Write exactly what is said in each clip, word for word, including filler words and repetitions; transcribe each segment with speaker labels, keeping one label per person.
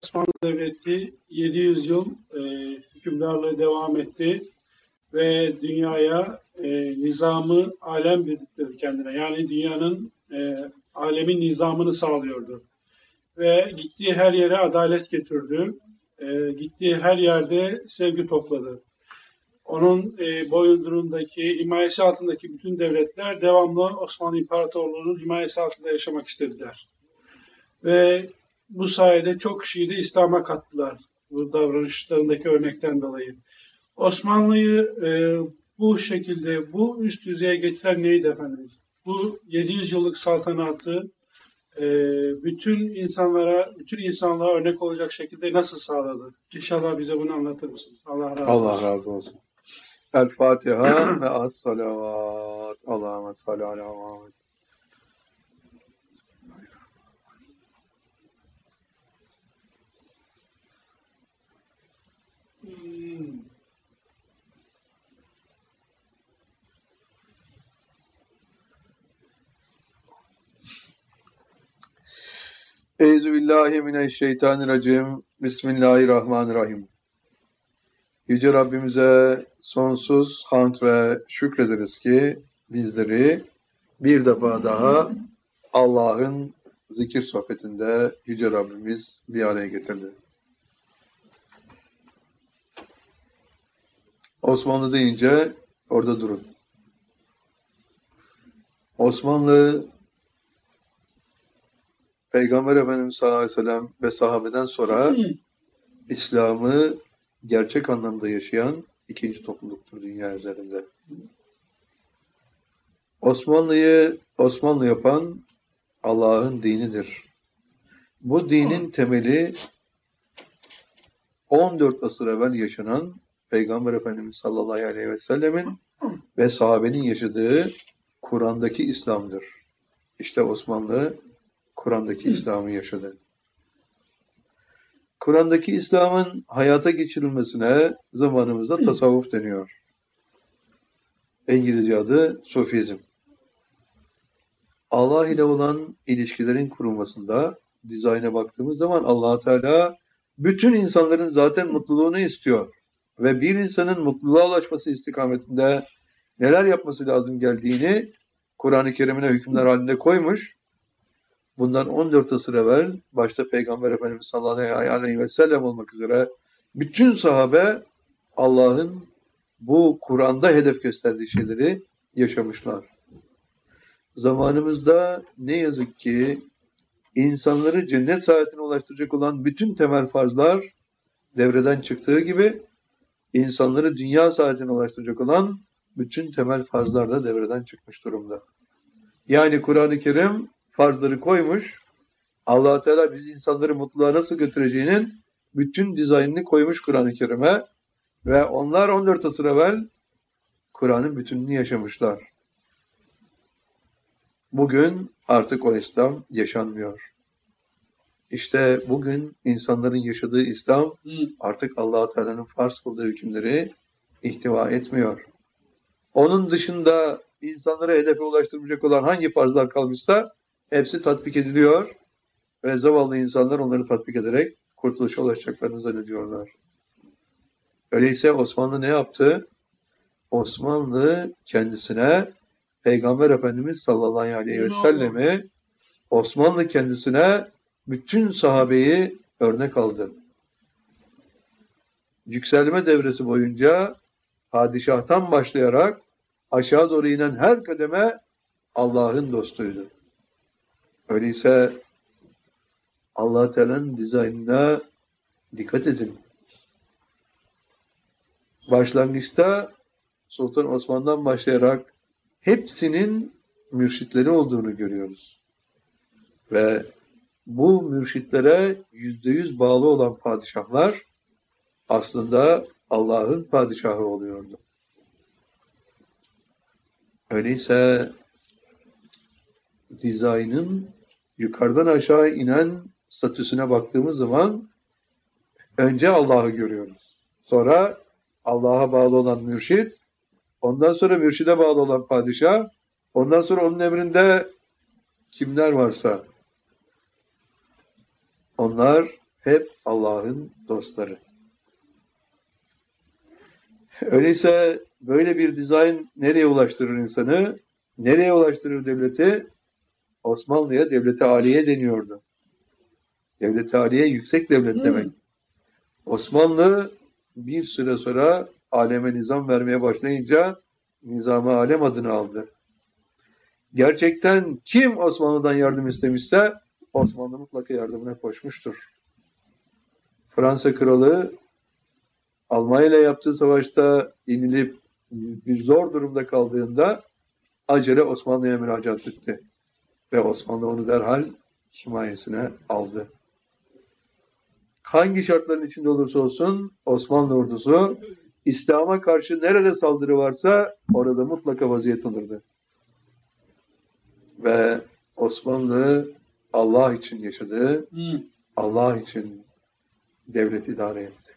Speaker 1: Osmanlı Devleti yedi yüz yıl e, hükümdarlığı devam etti ve dünyaya e, nizamı alem dedirtti kendine. Yani dünyanın, e, alemin nizamını sağlıyordu. Ve gittiği her yere adalet getirdi. E, gittiği her yerde sevgi topladı. Onun e, boyundurundaki, himayesi altındaki bütün devletler devamlı Osmanlı İmparatorluğu'nun himayesi altında yaşamak istediler. Ve bu sayede çok kişiyi de İslam'a kattılar. Bu davranışlarındaki örnekten dolayı. Osmanlı'yı e, bu şekilde, bu üst düzeye getiren neydi Efendimiz? Bu yedi yüz yıllık saltanatı e, bütün insanlara, bütün insanlığa örnek olacak şekilde nasıl sağladı? İnşallah bize bunu anlatır mısınız? Allah razı olsun.
Speaker 2: Allah razı olsun. El Fatiha ve as-salavat. Allahümme salli ala Muhammed. Euzubillahimineşşeytanirracim. Bismillahirrahmanirrahim. Yüce Rabbimize sonsuz hamd ve şükrederiz ki bizleri bir defa daha Allah'ın zikir sohbetinde Yüce Rabbimiz bir araya getirdi. Osmanlı deyince orada durun. Osmanlı, Peygamber Efendimiz sallallahu aleyhi ve sellem ve sahabeden sonra İslam'ı gerçek anlamda yaşayan ikinci topluluktur dünya üzerinde. Osmanlı'yı Osmanlı yapan Allah'ın dinidir. Bu dinin temeli on dört asır evvel yaşanan Peygamber Efendimiz sallallahu aleyhi ve sellemin ve sahabenin yaşadığı Kur'an'daki İslam'dır. İşte Osmanlı Kur'an'daki İslam'ı yaşadı. Kur'an'daki İslam'ın hayata geçirilmesine zamanımızda tasavvuf deniyor. İngilizce adı Sufizm. Allah ile olan ilişkilerin kurulmasında dizayna baktığımız zaman Allah Teala bütün insanların zaten mutluluğunu istiyor. Ve bir insanın mutluluğa ulaşması istikametinde neler yapması lazım geldiğini Kur'an-ı Kerim'ine hükümler halinde koymuş. Bundan on dört asır evvel başta Peygamber Efendimiz sallallahu aleyhi ve sellem olmak üzere bütün sahabe Allah'ın bu Kur'an'da hedef gösterdiği şeyleri yaşamışlar. Zamanımızda ne yazık ki insanları cennet saadetine ulaştıracak olan bütün temel farzlar devreden çıktığı gibi insanları dünya saadetine ulaştıracak olan bütün temel farzlar da devreden çıkmış durumda. Yani Kur'an-ı Kerim farzları koymuş, Allah Teala biz insanları mutluluğa nasıl götüreceğinin bütün dizaynını koymuş Kur'an-ı Kerim'e ve onlar on dört asır evvel Kur'an'ın bütününü yaşamışlar. Bugün artık o İslam yaşanmıyor. İşte bugün insanların yaşadığı İslam artık Allah Teala'nın farz kıldığı hükümleri ihtiva etmiyor. Onun dışında insanları hedefe ulaştırmayacak olan hangi farzlar kalmışsa hepsi tatbik ediliyor ve zavallı insanlar onları tatbik ederek kurtuluşa ulaşacaklarını zannediyorlar. Öyleyse Osmanlı ne yaptı? Osmanlı kendisine Peygamber Efendimiz sallallahu aleyhi ve sellemi, Osmanlı kendisine bütün sahabeyi örnek aldı. Yükselme devresi boyunca padişahtan başlayarak aşağı doğru inen her kademe Allah'ın dostuydu. Öyleyse Allah Teala'nın dizaynına dikkat edin. Başlangıçta Sultan Osman'dan başlayarak hepsinin mürşitleri olduğunu görüyoruz. Ve bu mürşitlere yüzde yüz bağlı olan padişahlar aslında Allah'ın padişahı oluyordu. Öyleyse dizaynın yukarıdan aşağı inen statüsüne baktığımız zaman önce Allah'ı görüyoruz. Sonra Allah'a bağlı olan mürşit, ondan sonra mürşide bağlı olan padişah, ondan sonra onun emrinde kimler varsa onlar hep Allah'ın dostları. Öyleyse böyle bir dizayn nereye ulaştırır insanı? Nereye ulaştırır devleti? Osmanlı'ya devlet-i aliye deniyordu. Devlet-i aliye yüksek devlet hmm. demek. Osmanlı bir süre sonra aleme nizam vermeye başlayınca Nizam-ı Alem adını aldı. Gerçekten kim Osmanlı'dan yardım istemişse Osmanlı mutlaka yardımına koşmuştur. Fransa kralı Almanya ile yaptığı savaşta yenilip bir zor durumda kaldığında acele Osmanlı'ya müracaat etti. Ve Osmanlı onu derhal himayesine aldı. Hangi şartların içinde olursa olsun Osmanlı ordusu İslam'a karşı nerede saldırı varsa orada mutlaka vaziyet alırdı. Ve Osmanlı Allah için yaşadı, hmm. Allah için devlet idare etti.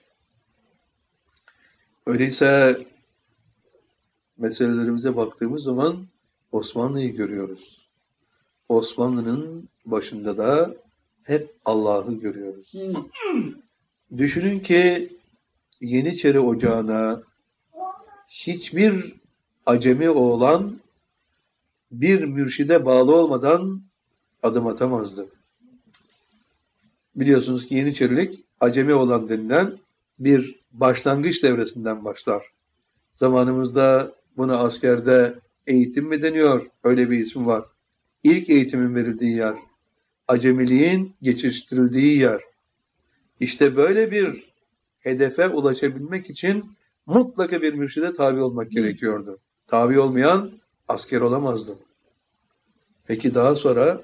Speaker 2: Öyleyse meselelerimize baktığımız zaman Osmanlı'yı görüyoruz. Osmanlı'nın başında da hep Allah'ı görüyoruz. Hmm. Düşünün ki Yeniçeri Ocağı'na hiçbir acemi oğlan bir mürşide bağlı olmadan adım atamazdı. Biliyorsunuz ki Yeniçerilik acemi olan denilen bir başlangıç devresinden başlar. Zamanımızda buna askerde eğitim mi deniyor? Öyle bir isim var. İlk eğitimin verildiği yer. Acemiliğin geçiştirildiği yer. İşte böyle bir hedefe ulaşabilmek için mutlaka bir mürşide tabi olmak gerekiyordu. Tabi olmayan asker olamazdı. Peki daha sonra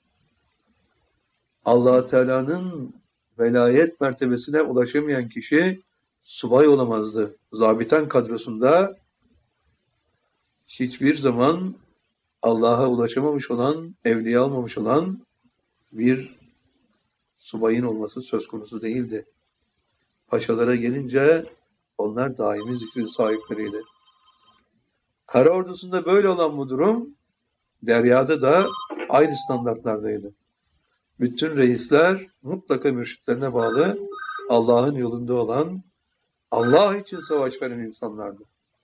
Speaker 2: Allah Teala'nın velayet mertebesine ulaşamayan kişi subay olamazdı. Zabitan kadrosunda hiçbir zaman Allah'a ulaşamamış olan, evliya olmamış olan bir subayın olması söz konusu değildi. Paşalara gelince onlar daimi zikrin sahipleriydi. Kara ordusunda böyle olan bu durum deryada da aynı standartlardaydı. Bütün reisler mutlaka mürşitlerine bağlı, Allah'ın yolunda olan, Allah için savaş veren insanlardı.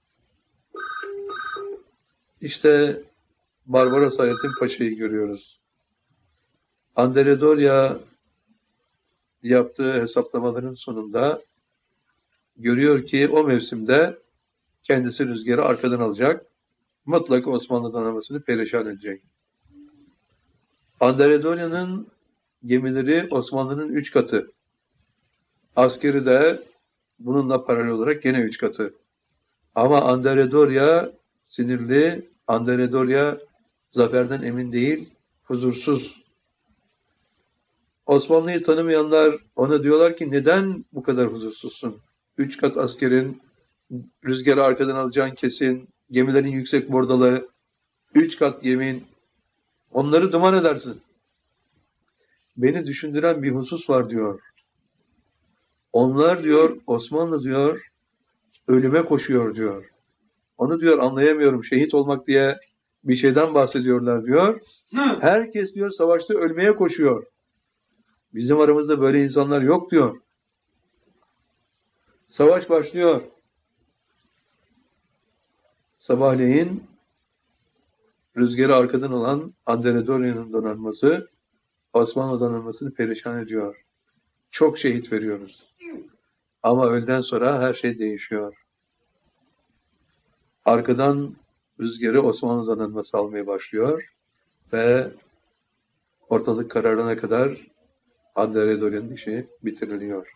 Speaker 2: İşte Barbaros Hayrettin Paşa'yı görüyoruz. Andredorya yaptığı hesaplamaların sonunda görüyor ki o mevsimde kendisi rüzgarı arkadan alacak, mutlaka Osmanlı donanmasını perişan edecek. Andredorya'nın gemileri Osmanlı'nın üç katı. Askeri de bununla paralel olarak gene üç katı. Ama Andredorya sinirli, Andredorya zaferden emin değil, huzursuz. Osmanlı'yı tanımayanlar ona diyorlar ki neden bu kadar huzursuzsun? Üç kat askerin, rüzgarı arkadan alacağın kesin, gemilerin yüksek bordalı, üç kat gemin, onları duman edersin. Beni düşündüren bir husus var diyor. Onlar diyor, Osmanlı diyor, ölüme koşuyor diyor. Onu diyor anlayamıyorum, şehit olmak diye bir şeyden bahsediyorlar diyor. Herkes diyor savaşta ölmeye koşuyor. Bizim aramızda böyle insanlar yok diyor. Savaş başlıyor. Sabahleyin rüzgarı arkadan alan Andredorya'nın donanması Osmanlı donanmasını perişan ediyor. Çok şehit veriyoruz. Ama öğleden sonra her şey değişiyor. Arkadan rüzgarı Osmanlı donanması almaya başlıyor ve ortalık kararına kadar Andredorya'nın işi bitiriliyor.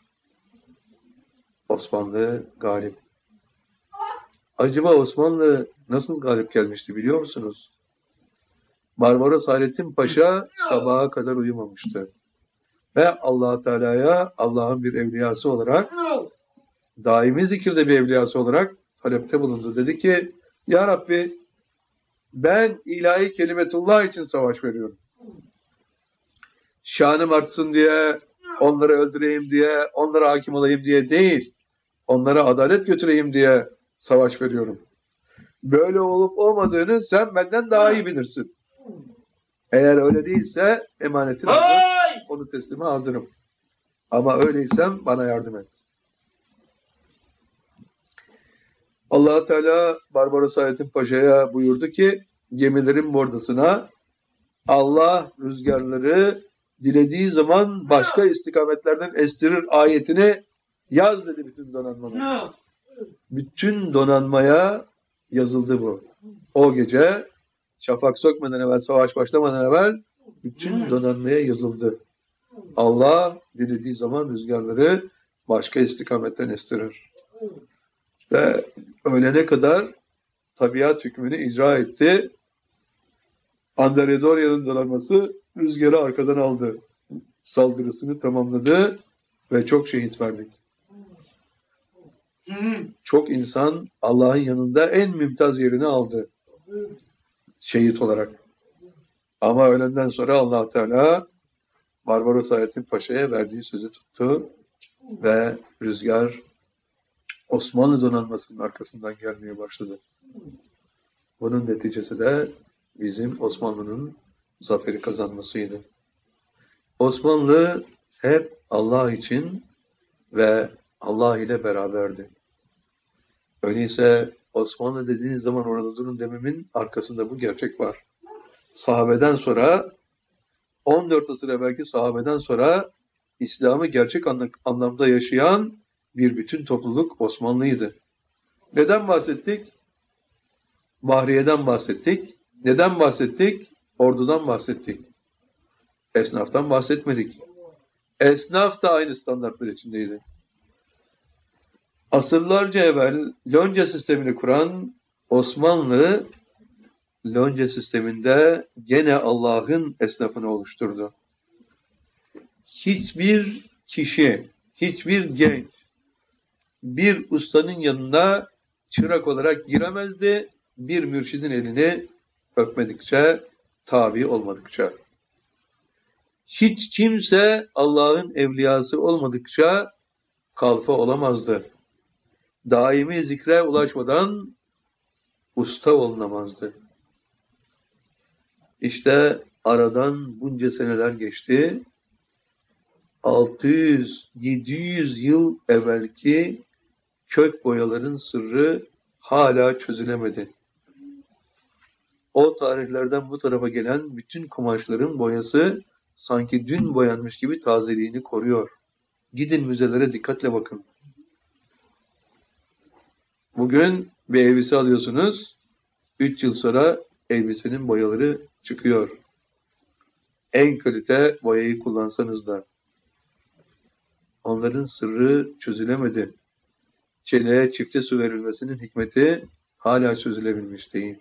Speaker 2: Osmanlı galip. Acaba Osmanlı nasıl galip gelmişti biliyor musunuz? Barbaros Hayrettin Paşa sabaha kadar uyumamıştı. Ve Allah Teala'ya Allah'ın bir evliyası olarak, daimi zikirde bir evliyası olarak talepte bulundu. Dedi ki, Ya Rabbi ben ilahi kelimetullah için savaş veriyorum. Şanım artsın diye, onları öldüreyim diye, onlara hakim olayım diye değil, onlara adalet götüreyim diye savaş veriyorum. Böyle olup olmadığını sen benden daha iyi bilirsin. Eğer öyle değilse emanetin hazır, onu teslime hazırım. Ama öyleysem bana yardım et. Allah Teala Barbaros Hayrettin Paşa'ya buyurdu ki gemilerin bordasına Allah rüzgarları dilediği zaman başka istikametlerden estirir ayetini yaz dedi bütün donanmaya. Bütün donanmaya yazıldı bu. O gece şafak sökmeden evvel, savaş başlamadan evvel bütün donanmaya yazıldı. Allah dilediği zaman rüzgarları başka istikametten estirir. Ve öğlene kadar tabiat hükmünü icra etti. Andaludya'nın donanması rüzgarı arkadan aldı. Saldırısını tamamladı ve çok şehit verdik. Çok insan Allah'ın yanında en mümtaz yerini aldı. Şehit olarak. Ama ölenden sonra Allah Teala Barbaros Hayrettin Paşa'ya verdiği sözü tuttu ve rüzgar Osmanlı donanmasının arkasından gelmeye başladı. Bunun neticesi de bizim Osmanlı'nın zaferi kazanmasıydı. Osmanlı hep Allah için ve Allah ile beraberdi. Öyleyse Osmanlı dediğiniz zaman orada durun dememin arkasında bu gerçek var. Sahabeden sonra on dört asır evvelki sahabeden sonra İslam'ı gerçek anlamda yaşayan bir bütün topluluk Osmanlı'ydı. Neden bahsettik? Bahriye'den bahsettik. Neden bahsettik? Ordudan bahsettik. Esnaftan bahsetmedik. Esnaf da aynı standartlar içindeydi. Asırlarca evvel lonca sistemini kuran Osmanlı, lonca sisteminde gene Allah'ın esnafını oluşturdu. Hiçbir kişi, hiçbir genç bir ustanın yanına çırak olarak giremezdi, bir mürşidin elini öpmedikçe, tabi olmadıkça. Hiç kimse Allah'ın evliyası olmadıkça kalfa olamazdı. Daimi zikre ulaşmadan usta olunamazdı. İşte aradan bunca seneler geçti. altı yüz yedi yüz yıl evvelki kök boyaların sırrı hala çözülemedi. O tarihlerden bu tarafa gelen bütün kumaşların boyası sanki dün boyanmış gibi tazeliğini koruyor. Gidin müzelere dikkatle bakın. Bugün bir elbise alıyorsunuz, üç yıl sonra elbisenin boyaları çıkıyor. En kalite boyayı kullansanız da. Onların sırrı çözülemedi. Çeleğe çifte su verilmesinin hikmeti hala çözülebilmiş değil.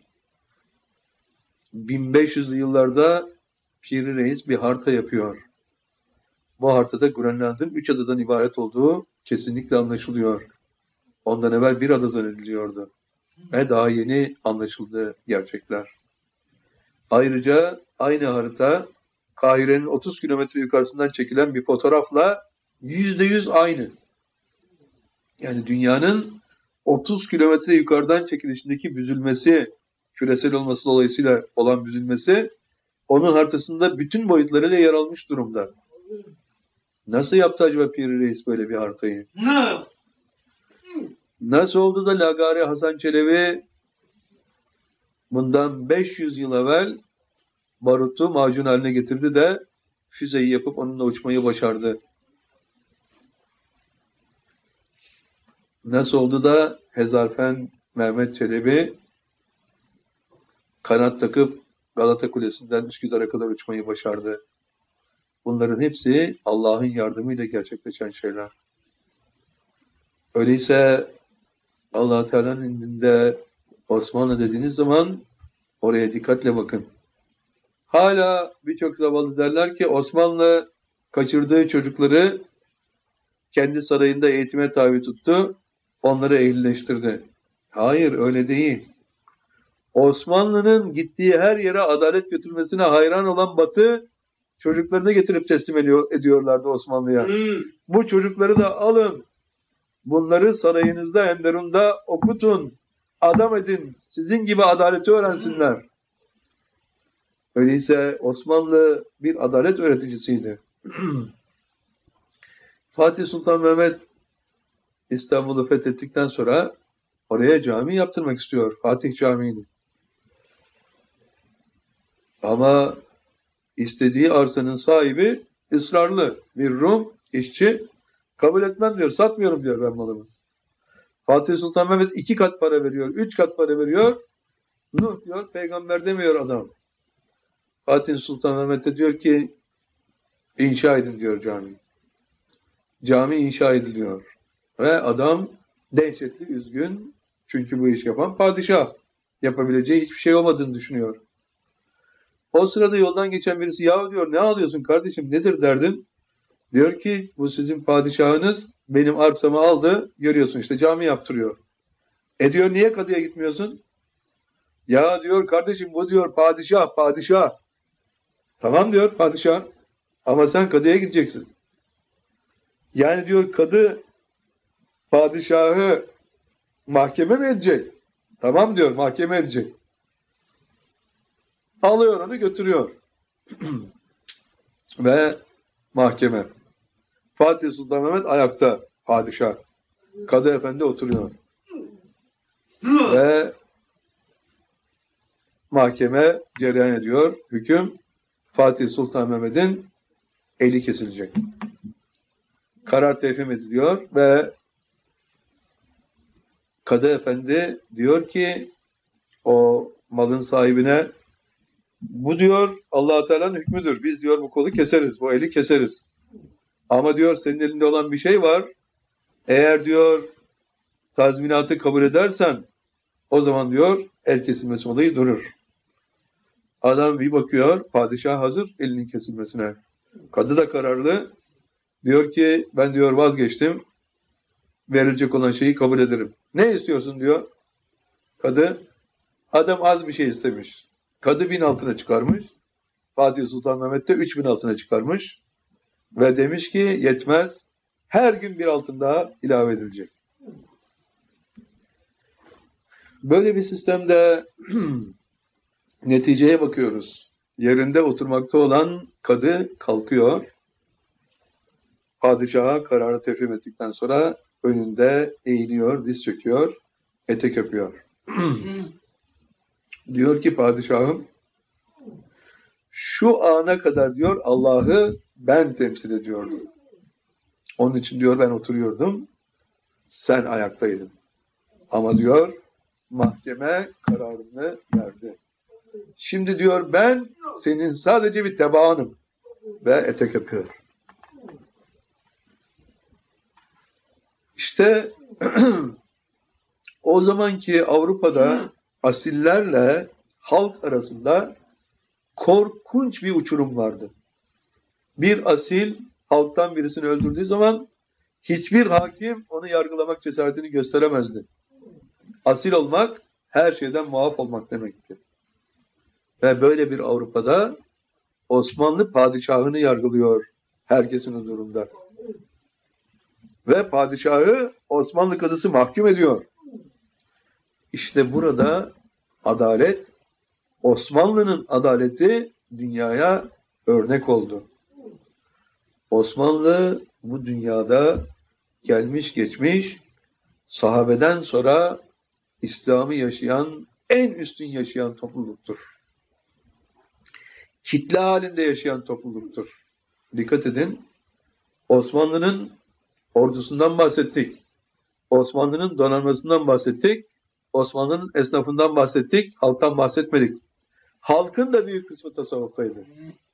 Speaker 2: bin beş yüzlü yıllarda Piri Reis bir harita yapıyor. Bu haritada Grönland'ın üç adadan ibaret olduğu kesinlikle anlaşılıyor. Ondan evvel bir ada zannediliyordu. Ve daha yeni anlaşıldı gerçekler. Ayrıca aynı harita Kahire'nin otuz kilometre yukarısından çekilen bir fotoğrafla yüzde yüz aynı. Yani dünyanın otuz kilometre yukarıdan çekilişindeki büzülmesi, küresel olması dolayısıyla olan büzülmesi, onun haritasında bütün boyutlarıyla yer almış durumda. Nasıl yaptı acaba Piri Reis böyle bir haritayı? Nasıl oldu da Lagari Hasan Çelebi bundan beş yüz yıl evvel barutu macun haline getirdi de füzeyi yapıp onunla uçmayı başardı? Nasıl oldu da Hezarfen Mehmet Çelebi kanat takıp Galata Kulesi'nden Üsküdar'a kadar uçmayı başardı? Bunların hepsi Allah'ın yardımıyla gerçekleşen şeyler. Öyleyse Allah Teala'nın indinde Osmanlı dediğiniz zaman oraya dikkatle bakın. Hala birçok zavallı derler ki Osmanlı kaçırdığı çocukları kendi sarayında eğitime tabi tuttu, onları ehlileştirdi. Hayır, öyle değil. Osmanlı'nın gittiği her yere adalet götürmesine hayran olan Batı çocuklarını getirip teslim ediyor, ediyorlardı Osmanlı'ya. Hmm. Bu çocukları da alın. Bunları sarayınızda, Enderun'da okutun. Adam edin. Sizin gibi adaleti öğrensinler. Öyleyse Osmanlı bir adalet öğreticisiydi. Fatih Sultan Mehmet İstanbul'u fethettikten sonra oraya cami yaptırmak istiyor. Fatih Camii'ni. Ama istediği arsanın sahibi ısrarlı. Bir Rum işçi, kabul etmem diyor. Satmıyorum diyor ben malımı. Fatih Sultan Mehmet iki kat para veriyor. Üç kat para veriyor. Nuh diyor. Peygamber demiyor adam. Fatih Sultan Mehmet de diyor ki inşa edin diyor cami. Cami inşa ediliyor. Ve adam dehşetli, üzgün. Çünkü bu iş yapan padişah. Yapabileceği hiçbir şey olmadığını düşünüyor. O sırada yoldan geçen birisi ya diyor ne alıyorsun kardeşim nedir derdin? Diyor ki bu sizin padişahınız benim arsamı aldı. Görüyorsun işte cami yaptırıyor. E diyor niye kadıya gitmiyorsun? Ya diyor kardeşim bu diyor padişah padişah. Tamam diyor padişah. Ama sen kadıya gideceksin. Yani diyor kadı padişahı mahkeme mi edecek? Tamam diyor mahkeme edecek. Alıyor onu götürüyor. Ve mahkeme. Fatih Sultan Mehmet ayakta padişah. Kadı efendi oturuyor. Ve mahkeme cereyan ediyor. Hüküm Fatih Sultan Mehmet'in eli kesilecek. Karar tevhim ediliyor ve Kadı efendi diyor ki o malın sahibine bu diyor Allah-u Teala'nın hükmüdür. Biz diyor bu kolu keseriz, bu eli keseriz. Ama diyor senin elinde olan bir şey var. Eğer diyor tazminatı kabul edersen o zaman diyor el kesilmesi olayı durur. Adam bir bakıyor, padişah hazır elinin kesilmesine. Kadı da kararlı. Diyor ki ben diyor vazgeçtim. Verilecek olan şeyi kabul ederim. Ne istiyorsun diyor. Kadı, adam az bir şey istemiş. Kadı bin altına çıkarmış. Fatih Sultan Mehmet de üç bin altına çıkarmış. Ve demiş ki yetmez. Her gün bir altın daha ilave edilecek. Böyle bir sistemde neticeye bakıyoruz. Yerinde oturmakta olan kadı kalkıyor. Padişaha kararı tevhim ettikten sonra önünde eğiliyor, diz çöküyor, etek öpüyor. Diyor ki padişahım şu ana kadar diyor Allah'ı ben temsil ediyordum. Onun için diyor ben oturuyordum. Sen ayaktaydın. Ama diyor mahkeme kararını verdi. Şimdi diyor ben senin sadece bir tebaanım. Ve etek öpüyor. İşte o zamanki Avrupa'da asillerle halk arasında korkunç bir uçurum vardı. Bir asil halktan birisini öldürdüğü zaman hiçbir hakim onu yargılamak cesaretini gösteremezdi. Asil olmak her şeyden muaf olmak demekti. Ve böyle bir Avrupa'da Osmanlı padişahını yargılıyor herkesin huzurunda. Ve padişahı Osmanlı kadısı mahkum ediyor. İşte burada adalet, Osmanlı'nın adaleti dünyaya örnek oldu. Osmanlı bu dünyada gelmiş geçmiş sahabeden sonra İslam'ı yaşayan, en üstün yaşayan topluluktur. Kitle halinde yaşayan topluluktur. Dikkat edin, Osmanlı'nın ordusundan bahsettik. Osmanlı'nın donanmasından bahsettik. Osmanlı'nın esnafından bahsettik. Halktan bahsetmedik. Halkın da büyük kısmı tasavvuftaydı.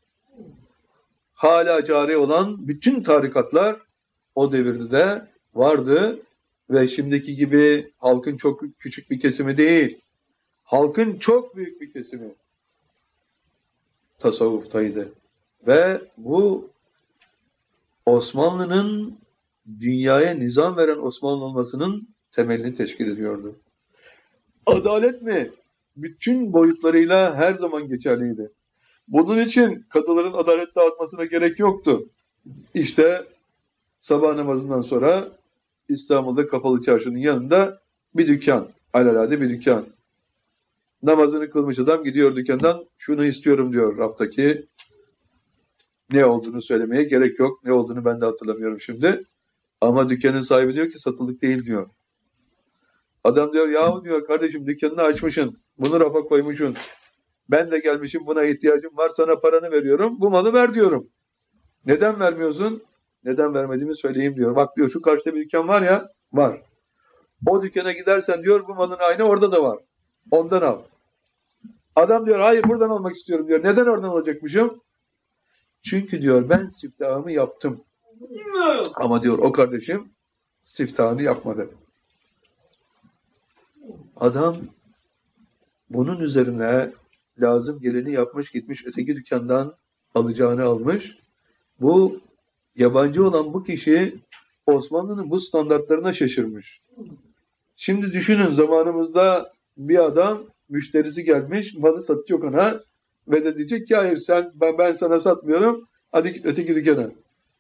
Speaker 2: Hala cari olan bütün tarikatlar o devirde de vardı ve şimdiki gibi halkın çok küçük bir kesimi değil, halkın çok büyük bir kesimi tasavvuftaydı. Ve bu Osmanlı'nın dünyaya nizam veren Osmanlı olmasının temelini teşkil ediyordu. Adalet mi? Bütün boyutlarıyla her zaman geçerliydi. Bunun için kadıların adalet dağıtmasına gerek yoktu. İşte sabah namazından sonra İstanbul'da Kapalı Çarşı'nın yanında bir dükkan. Alelade bir dükkan. Namazını kılmış adam gidiyor dükkandan, şunu istiyorum diyor raftaki. Ne olduğunu söylemeye gerek yok. Ne olduğunu ben de hatırlamıyorum şimdi. Ama dükkanın sahibi diyor ki satılık değil diyor. Adam diyor yahu diyor kardeşim dükkanını açmışsın. Bunu rafa koymuşsun. Ben de gelmişim buna ihtiyacım var. Sana paranı veriyorum. Bu malı ver diyorum. Neden vermiyorsun? Neden vermediğimi söyleyeyim diyor. Bak diyor şu karşıda bir dükkan var ya. Var. O dükkana gidersen diyor bu malın aynı orada da var. Ondan al. Adam diyor hayır buradan almak istiyorum diyor. Neden oradan alacakmışım? Çünkü diyor ben siftahımı yaptım. Ama diyor o kardeşim siftahını yapmadı. Adam bunun üzerine lazım geleni yapmış gitmiş öteki dükkandan alacağını almış. Bu yabancı olan bu kişi Osmanlı'nın bu standartlarına şaşırmış. Şimdi düşünün zamanımızda bir adam müşterisi gelmiş malı satacak ona ve de diyecek ki hayır sen ben, ben sana satmıyorum hadi git öteki dükkana.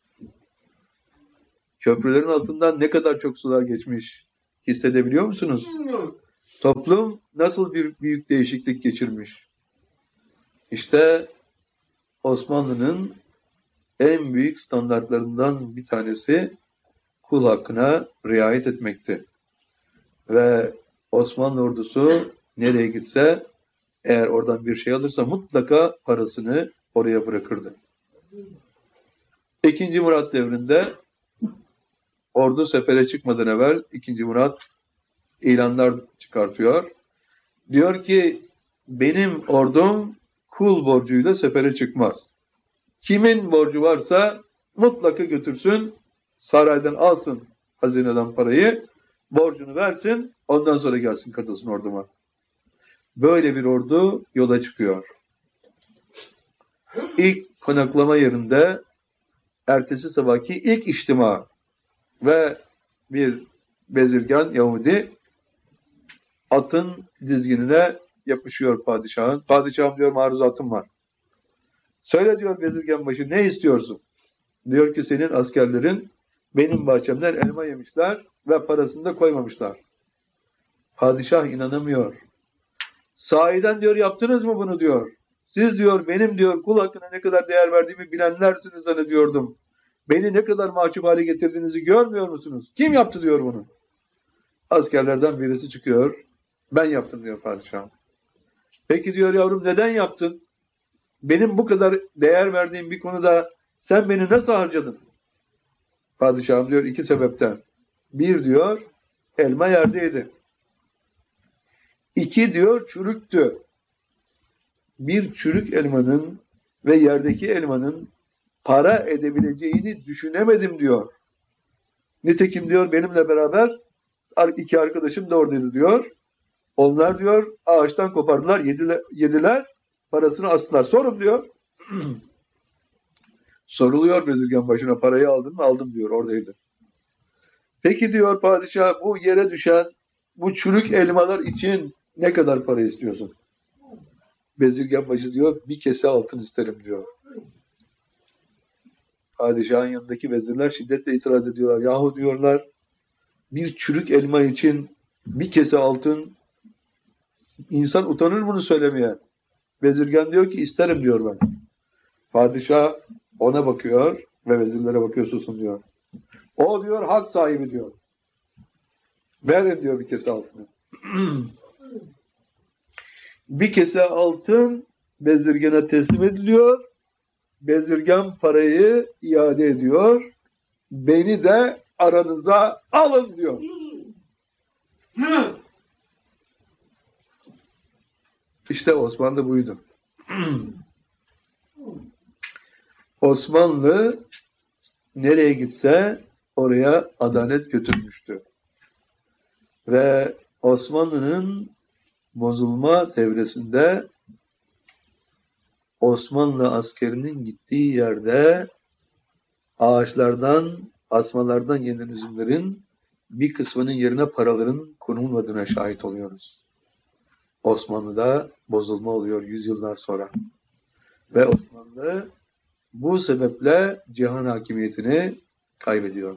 Speaker 2: Köprülerin altından ne kadar çok sular geçmiş hissedebiliyor musunuz? Toplum nasıl bir büyük değişiklik geçirmiş? İşte Osmanlı'nın en büyük standartlarından bir tanesi kul hakkına riayet etmekti. Ve Osmanlı ordusu nereye gitse eğer oradan bir şey alırsa mutlaka parasını oraya bırakırdı. İkinci Murat devrinde ordu sefere çıkmadan evvel ikinci Murat ilanlar çıkartıyor. Diyor ki benim ordum kul borcuyla sefere çıkmaz. Kimin borcu varsa mutlaka götürsün, saraydan alsın hazineden parayı, borcunu versin, ondan sonra gelsin katılsın orduma. Böyle bir ordu yola çıkıyor. İlk konaklama yerinde ertesi sabahki ilk içtima ve bir bezirgan Yahudi atın dizginine yapışıyor padişahın. Padişahım diyor maruzatım var. Söyle diyor bezirgan başı ne istiyorsun? Diyor ki senin askerlerin benim bahçemden elma yemişler ve parasını da koymamışlar. Padişah inanamıyor. Sahiden diyor yaptınız mı bunu diyor. Siz diyor benim diyor kul hakkına ne kadar değer verdiğimi bilenlersiniz zannediyordum. Beni ne kadar mahcup hale getirdiğinizi görmüyor musunuz? Kim yaptı diyor bunu. Askerlerden birisi çıkıyor. Ben yaptım diyor padişahım. Peki diyor yavrum neden yaptın? Benim bu kadar değer verdiğim bir konuda sen beni nasıl harcadın? Padişahım diyor iki sebepten. Bir diyor elma yerdeydi. İki diyor çürüktü. Bir çürük elmanın ve yerdeki elmanın para edebileceğini düşünemedim diyor. Nitekim diyor benimle beraber iki arkadaşım da oradaydı diyor. Onlar diyor ağaçtan kopardılar, yediler, yediler parasını astılar. Sorun diyor. Soruluyor bezirgan başına parayı aldın mı? Aldım diyor oradaydı. Peki diyor padişah bu yere düşen bu çürük elmalar için ne kadar para istiyorsun? Bezirgan başı diyor bir kese altın isterim diyor. Padişahın yanındaki vezirler şiddetle itiraz ediyorlar. Yahu diyorlar bir çürük elma için bir kese altın insan utanır bunu söylemeye. Vezirgan diyor ki isterim diyor ben. Padişah ona bakıyor ve vezirlere bakıyor susun diyor. O diyor hak sahibi diyor. Verin diyor bir kese altını. Bir kese altın bezirgana teslim ediliyor. Bezirgan parayı iade ediyor. Beni de aranıza alın diyor. İşte Osmanlı buydu. Osmanlı nereye gitse oraya adalet götürmüştü. Ve Osmanlı'nın bozulma devresinde Osmanlı askerinin gittiği yerde ağaçlardan, asmalardan yenen üzümlerin bir kısmının yerine paraların konulmadığına şahit oluyoruz. Osmanlı'da bozulma oluyor yüzyıllar sonra. Ve Osmanlı bu sebeple cihan hakimiyetini kaybediyor.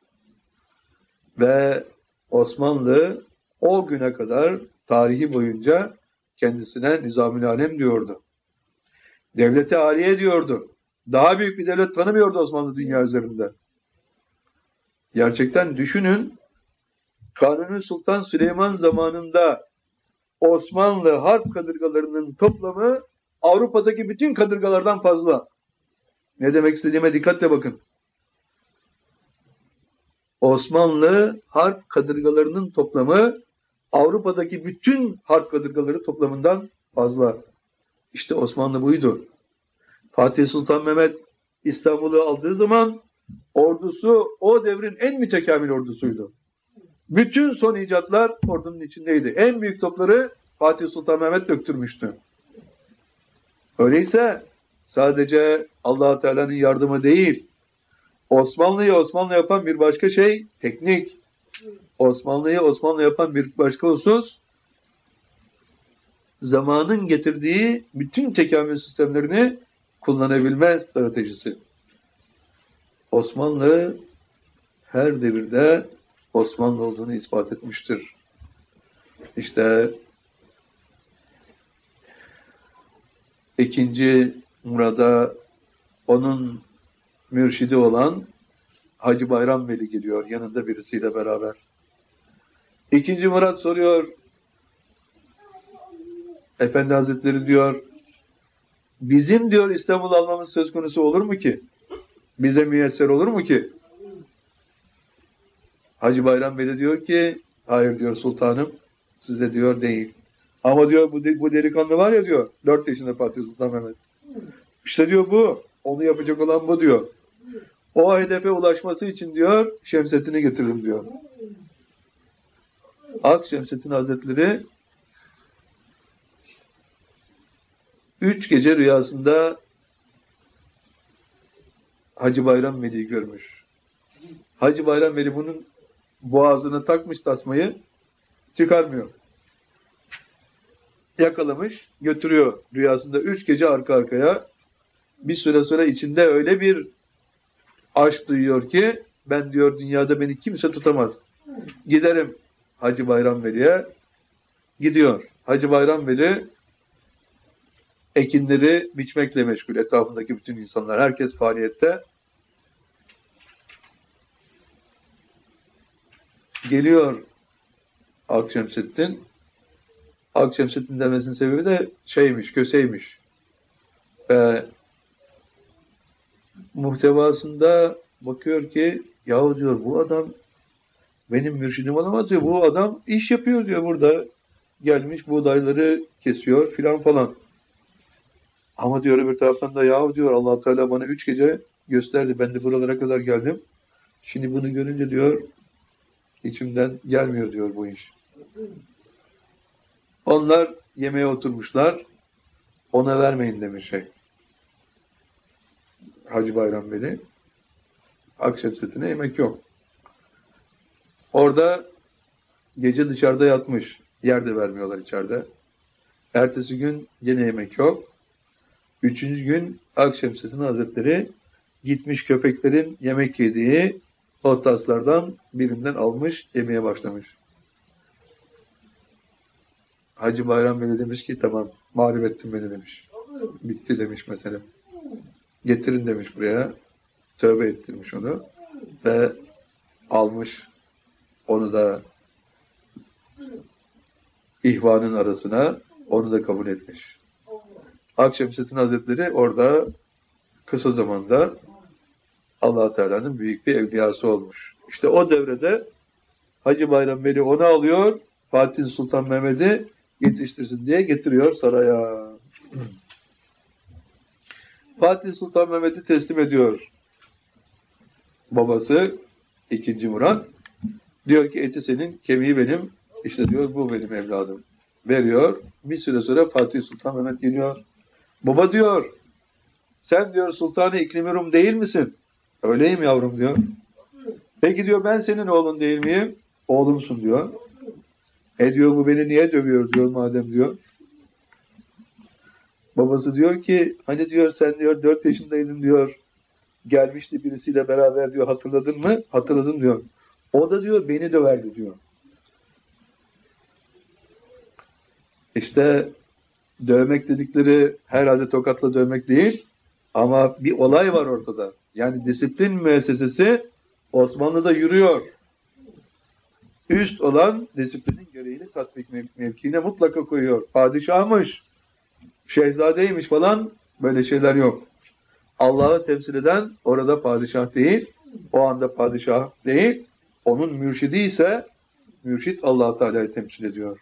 Speaker 2: Ve Osmanlı o güne kadar tarihi boyunca kendisine Nizamül Alem diyordu. Devleti aliye diyordu. Daha büyük bir devlet tanımıyordu Osmanlı dünya üzerinde. Gerçekten düşünün, Kanuni Sultan Süleyman zamanında Osmanlı harp kadırgalarının toplamı Avrupa'daki bütün kadırgalardan fazla. Ne demek istediğime dikkatle bakın. Osmanlı harp kadırgalarının toplamı Avrupa'daki bütün harp kadırgaları toplamından fazla. İşte Osmanlı buydu. Fatih Sultan Mehmet İstanbul'u aldığı zaman ordusu o devrin en mütekamil ordusuydu. Bütün son icatlar ordunun içindeydi. En büyük topları Fatih Sultan Mehmet döktürmüştü. Öyleyse sadece Allah Teala'nın yardımı değil, Osmanlı'yı Osmanlı yapan bir başka şey teknik. Osmanlı'yı Osmanlı yapan bir başka husus, zamanın getirdiği bütün tekamül sistemlerini kullanabilme stratejisi. Osmanlı her devirde Osmanlı olduğunu ispat etmiştir. İşte ikinci Murad'a onun mürşidi olan Hacı Bayram Veli geliyor yanında birisiyle beraber. İkinci Murat soruyor, Efendi Hazretleri diyor, bizim diyor İstanbul almamız söz konusu olur mu ki? Bize müyesser olur mu ki? Hacı Bayram Veli diyor ki, hayır diyor sultanım, size diyor değil. Ama diyor bu, bu delikanlı var ya diyor, dört yaşında Fatih Sultan Mehmet. İşte diyor bu, onu yapacak olan bu diyor. O hedefe ulaşması için diyor, Şemsettin'i getirdim diyor. Ak Şemsettin Hazretleri üç gece rüyasında Hacı Bayram Veli'yi görmüş. Hacı Bayram Veli bunun boğazına takmış tasmayı, çıkarmıyor. Yakalamış, götürüyor rüyasında üç gece arka arkaya. Bir süre sonra içinde öyle bir aşk duyuyor ki, ben diyor dünyada beni kimse tutamaz. Giderim Hacı Bayram Veli'ye. Gidiyor. Hacı Bayram Veli ekinleri biçmekle meşgul. Etrafındaki bütün insanlar, herkes faaliyette. Geliyor Akşemseddin. Akşemseddin demesinin sebebi de şeymiş, köseymiş. Ve muhtevasında bakıyor ki, yahu diyor bu adam benim mürşidim olamaz diyor. Bu adam iş yapıyor diyor burada. Gelmiş buğdayları kesiyor filan falan. Ama diyor öbür taraftan da yahu diyor Allah Teala bana üç gece gösterdi. Ben de buralara kadar geldim. Şimdi bunu görünce diyor içimden gelmiyor diyor bu iş. Onlar yemeğe oturmuşlar. Ona vermeyin demiş şey. Hacı Bayram Veli. Akşemseddin'e yemek yok. Orada gece dışarıda yatmış. Yer de vermiyorlar içeride. Ertesi gün yine yemek yok. Üçüncü gün Akşemseddin Hazretleri gitmiş köpeklerin yemek yediği o taslardan birinden almış, yemeye başlamış. Hacı Bayram Veli demiş ki tamam, mağlup ettin beni demiş. Bitti demiş mesele. Getirin demiş buraya. Tövbe ettirmiş onu. Ve almış onu da ihvanın arasına, onu da kabul etmiş. Akşemseddin Hazretleri orada kısa zamanda Allah Teala'nın büyük bir evliyası olmuş. İşte o devrede Hacı Bayram Veli onu alıyor, Fatih Sultan Mehmet'i yetiştirsin diye getiriyor saraya. Fatih Sultan Mehmet'i teslim ediyor babası ikinci Murat. Diyor ki eti senin, kemiği benim. İşte diyor bu benim evladım. Veriyor. Bir süre sonra Fatih Sultan Mehmet geliyor. Baba diyor, sen diyor Sultan-ı İklim-i Rum değil misin? Öyleyim yavrum diyor. Peki diyor ben senin oğlun değil miyim? Oğlumsun diyor. E diyor bu beni niye dövüyor diyor madem diyor. Babası diyor ki hani diyor sen diyor dört yaşındaydın diyor. Gelmişti birisiyle beraber diyor hatırladın mı? Hatırladım diyor. O da diyor beni döverdi diyor. İşte dövmek dedikleri herhalde tokatla dövmek değil ama bir olay var ortada. Yani disiplin müessesesi Osmanlı'da yürüyor. Üst olan disiplinin gereğini tatbik mev- mevkiine mutlaka koyuyor. Padişahmış, şehzadeymiş falan, böyle şeyler yok. Allah'ı temsil eden orada padişah değil, o anda padişah değil, onun mürşidi ise mürşit Allah Teala'yı temsil ediyor.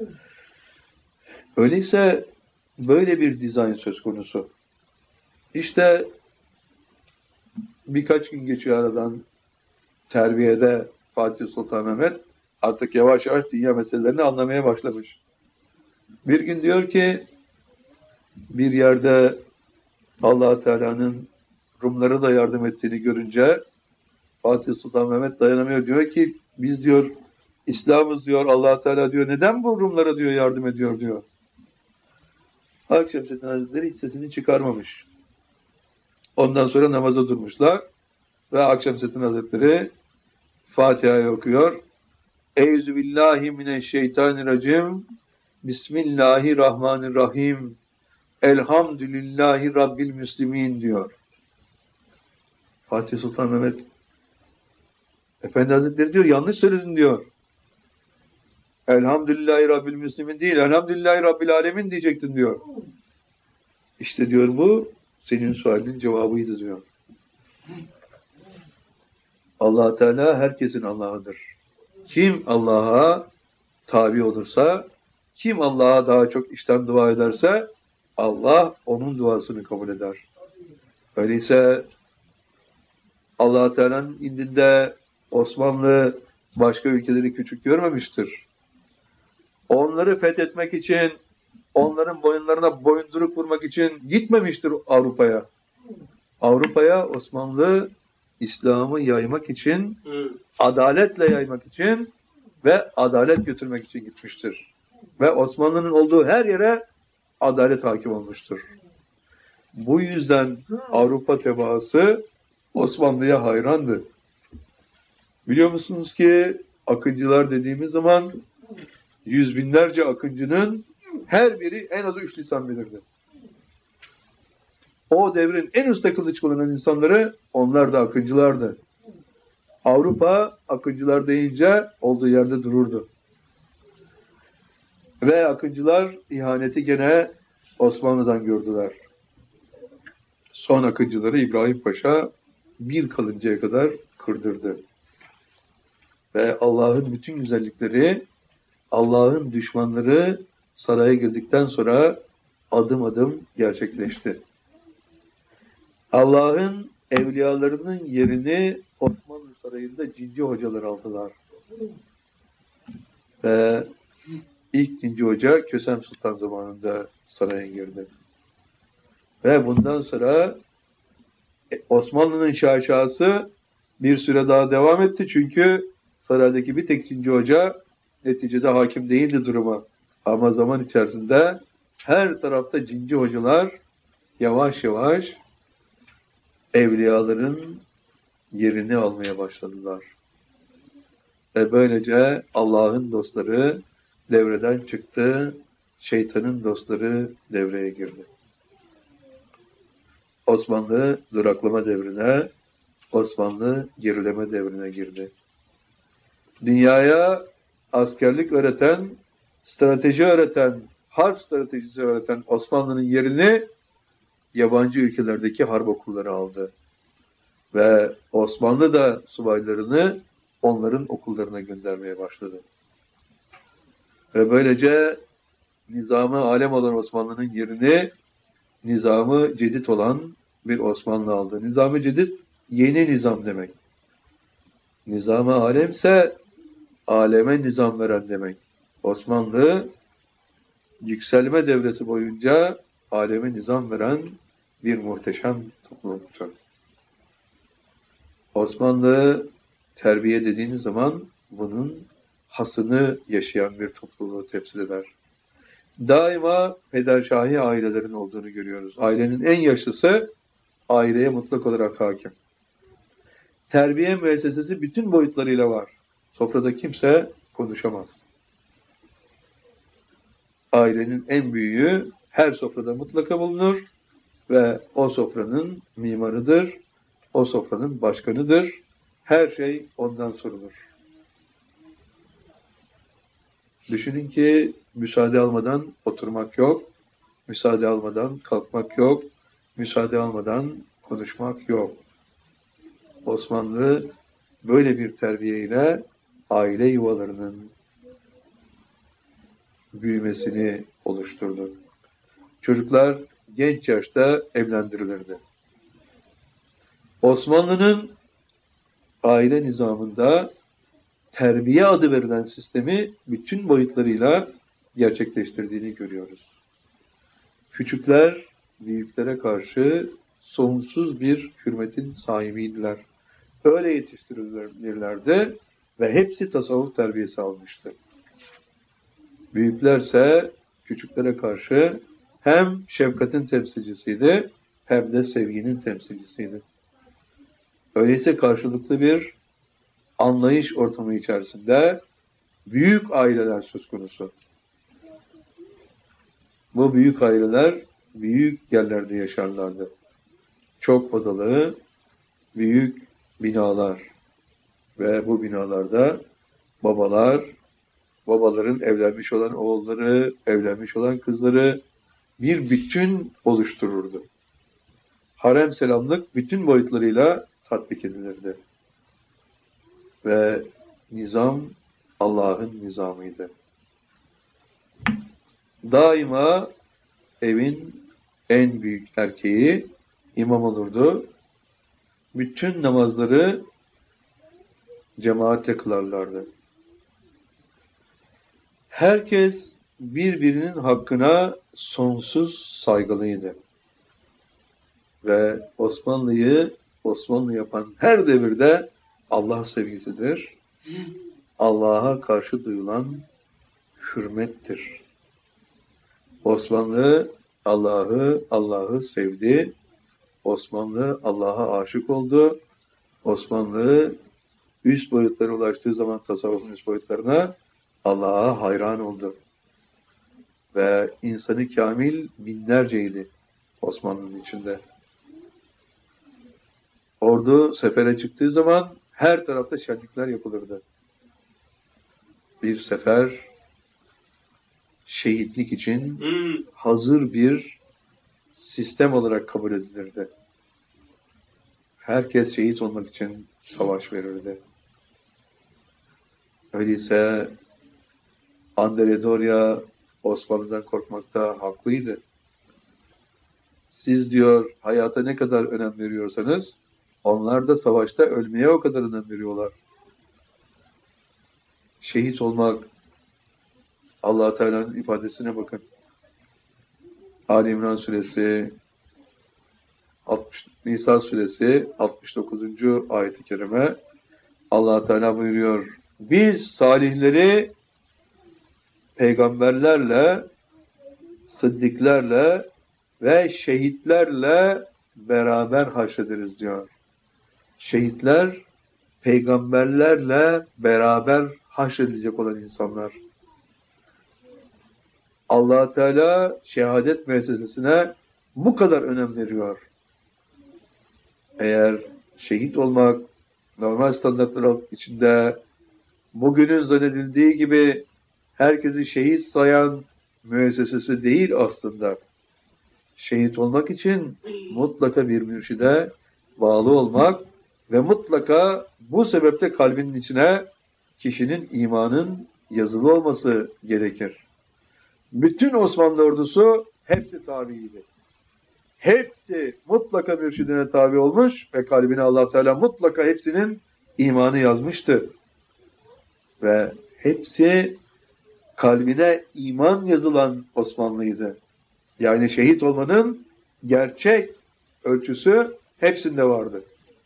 Speaker 2: Öyleyse böyle bir dizayn söz konusu. İşte birkaç gün geçiyor aradan, terbiyede Fatih Sultan Mehmet artık yavaş yavaş dünya meselelerini anlamaya başlamış. Bir gün diyor ki, bir yerde Allah Teala'nın Rumlara da yardım ettiğini görünce Fatih Sultan Mehmet dayanamıyor. Diyor ki, biz diyor İslam'ız diyor, Allah Teala diyor, neden bu Rumlara diyor yardım ediyor diyor. Akşemseddin Hazretleri hiç sesini çıkarmamış. Ondan sonra namaza durmuşlar ve Akşemseddin Hazretleri Fatiha'yı okuyor. Eûzü billahi mineşşeytanirracim. Bismillahirrahmanirrahim. Elhamdülillahi Rabbil Müslimin diyor. Fatih Sultan Mehmet Efendi Hazretleri diyor, yanlış söyledin diyor. Elhamdülillahi Rabbil Müslimin değil, Elhamdülillahi Rabbil Alemin diyecektin diyor. İşte diyor, bu senin sualinin cevabıydı diyor. Allah Teala herkesin Allah'ıdır. Kim Allah'a tabi olursa, kim Allah'a daha çok içten dua ederse, Allah onun duasını kabul eder. Öyleyse Allah Teala'nın indinde Osmanlı başka ülkeleri küçük görmemiştir. Onları fethetmek için, onların boyunlarına boyunduruk vurmak için gitmemiştir Avrupa'ya. Avrupa'ya Osmanlı İslam'ı yaymak için, adaletle yaymak için ve adalet götürmek için gitmiştir. Ve Osmanlı'nın olduğu her yere adalet hakim olmuştur. Bu yüzden Avrupa tebaası Osmanlı'ya hayrandı. Biliyor musunuz ki akıncılar dediğimiz zaman yüz binlerce akıncının her biri en az üç lisan bilirdi. O devrin en usta kılıç kullanan insanları onlar da akıncılardı. Avrupa akıncılar deyince olduğu yerde dururdu. Ve akıncılar ihaneti gene Osmanlı'dan gördüler. Son akıncıları İbrahim Paşa bir kalıncaya kadar kırdırdı. Ve Allah'ın bütün güzellikleri, Allah'ın düşmanları saraya girdikten sonra adım adım gerçekleşti. Allah'ın evliyalarının yerini Osmanlı Sarayı'nda cinci hocalar aldılar. Ve ilk cinci hoca Kösem Sultan zamanında saraya girdi. Ve bundan sonra Osmanlı'nın şaşası bir süre daha devam etti. Çünkü saraydaki bir tek cinci hoca neticede hakim değildi duruma. Ama zaman içerisinde her tarafta cinci hocalar yavaş yavaş evliyaların yerini almaya başladılar. Ve böylece Allah'ın dostları devreden çıktı, şeytanın dostları devreye girdi. Osmanlı duraklama devrine, Osmanlı gerileme devrine girdi. Dünyaya askerlik öğreten, strateji öğreten, harp stratejisi öğreten Osmanlı'nın yerini yabancı ülkelerdeki harp okulları aldı. Ve Osmanlı da subaylarını onların okullarına göndermeye başladı. Ve böylece nizamı alem olan Osmanlı'nın yerini nizamı cedid olan bir Osmanlı aldı. Nizamı cedid yeni nizam demek. Nizamı alemse aleme nizam veren demek. Osmanlı yükselme devresi boyunca aleme nizam veren bir muhteşem topluluktur. Osmanlı terbiye dediğiniz zaman bunun hasını yaşayan bir topluluğu temsil eder. Daima pederşahi ailelerin olduğunu görüyoruz. Ailenin en yaşlısı aileye mutlak olarak hakim. Terbiye müessesesi bütün boyutlarıyla var. Sofrada kimse konuşamaz. Ailenin en büyüğü her sofrada mutlaka bulunur ve o sofranın mimarıdır, o sofranın başkanıdır. Her şey ondan sorulur. Düşünün ki müsaade almadan oturmak yok, müsaade almadan kalkmak yok, müsaade almadan konuşmak yok. Osmanlı böyle bir terbiyeyle aile yuvalarının büyümesini oluşturdu. Çocuklar genç yaşta evlendirilirdi. Osmanlı'nın aile nizamında terbiye adı verilen sistemi bütün boyutlarıyla gerçekleştirdiğini görüyoruz. Küçükler büyüklere karşı sonsuz bir hürmetin sahibiydiler. Öyle yetiştirilirlerdi ve hepsi tasavvuf terbiyesi almıştı. Büyüklerse küçüklere karşı hem şefkatin temsilcisiydi hem de sevginin temsilcisiydi. Öyleyse karşılıklı bir anlayış ortamı içerisinde büyük aileler söz konusu. Bu büyük aileler büyük yerlerde yaşarlardı. Çok odalı, büyük binalar ve bu binalarda babalar, babaların evlenmiş olan oğulları, evlenmiş olan kızları bir bütün oluştururdu. Harem selamlık bütün boyutlarıyla tatbik edilirdi. Ve nizam Allah'ın nizamıydı. Daima evin en büyük erkeği imam olurdu. Bütün namazları cemaatle kılarlardı. Herkes birbirinin hakkına sonsuz saygılıydı. Ve Osmanlı'yı Osmanlı yapan her devirde Allah sevgisidir. Allah'a karşı duyulan hürmettir. Osmanlı Allah'ı Allah'ı sevdi. Osmanlı Allah'a aşık oldu. Osmanlı üst boyutlara ulaştığı zaman tasavvufun üst boyutlarına Allah'a hayran oldu. Ve insanı kamil binlerceydi Osmanlı'nın içinde. Ordu sefere çıktığı zaman her tarafta şenlikler yapılırdı. Bir sefer şehitlik için hazır bir sistem olarak kabul edilirdi. Herkes şehit olmak için savaş verirdi. Öyleyse André Doria Osmanlı'dan korkmakta haklıydı. Siz diyor hayata ne kadar önem veriyorsanız onlar da savaşta ölmeye o kadar önem veriyorlar. Şehit olmak, Allah Teala'nın ifadesine bakın. Ali İmran suresi, altmış, Nisa suresi altmış dokuzuncu ayet-i kerime Allah Teala buyuruyor. Biz salihleri peygamberlerle, sıddıklarla ve şehitlerle beraber haşrederiz diyor. Şehitler peygamberlerle beraber haşredilecek olan insanlar. Allah Teala şehadet müessesesine bu kadar önem veriyor. Eğer şehit olmak normal standartlar içinde bugünün zannedildiği gibi herkesi şehit sayan müessesesi değil aslında. Şehit olmak için mutlaka bir mürşide bağlı olmak ve mutlaka bu sebeple kalbinin içine kişinin imanın yazılı olması gerekir. Bütün Osmanlı ordusu hepsi tabiydi. Hepsi mutlaka mürşidine tabi olmuş ve kalbine Allah Teala mutlaka hepsinin imanı yazmıştı. Ve hepsi kalbine iman yazılan Osmanlıydı. Yani şehit olmanın gerçek ölçüsü hepsinde vardı.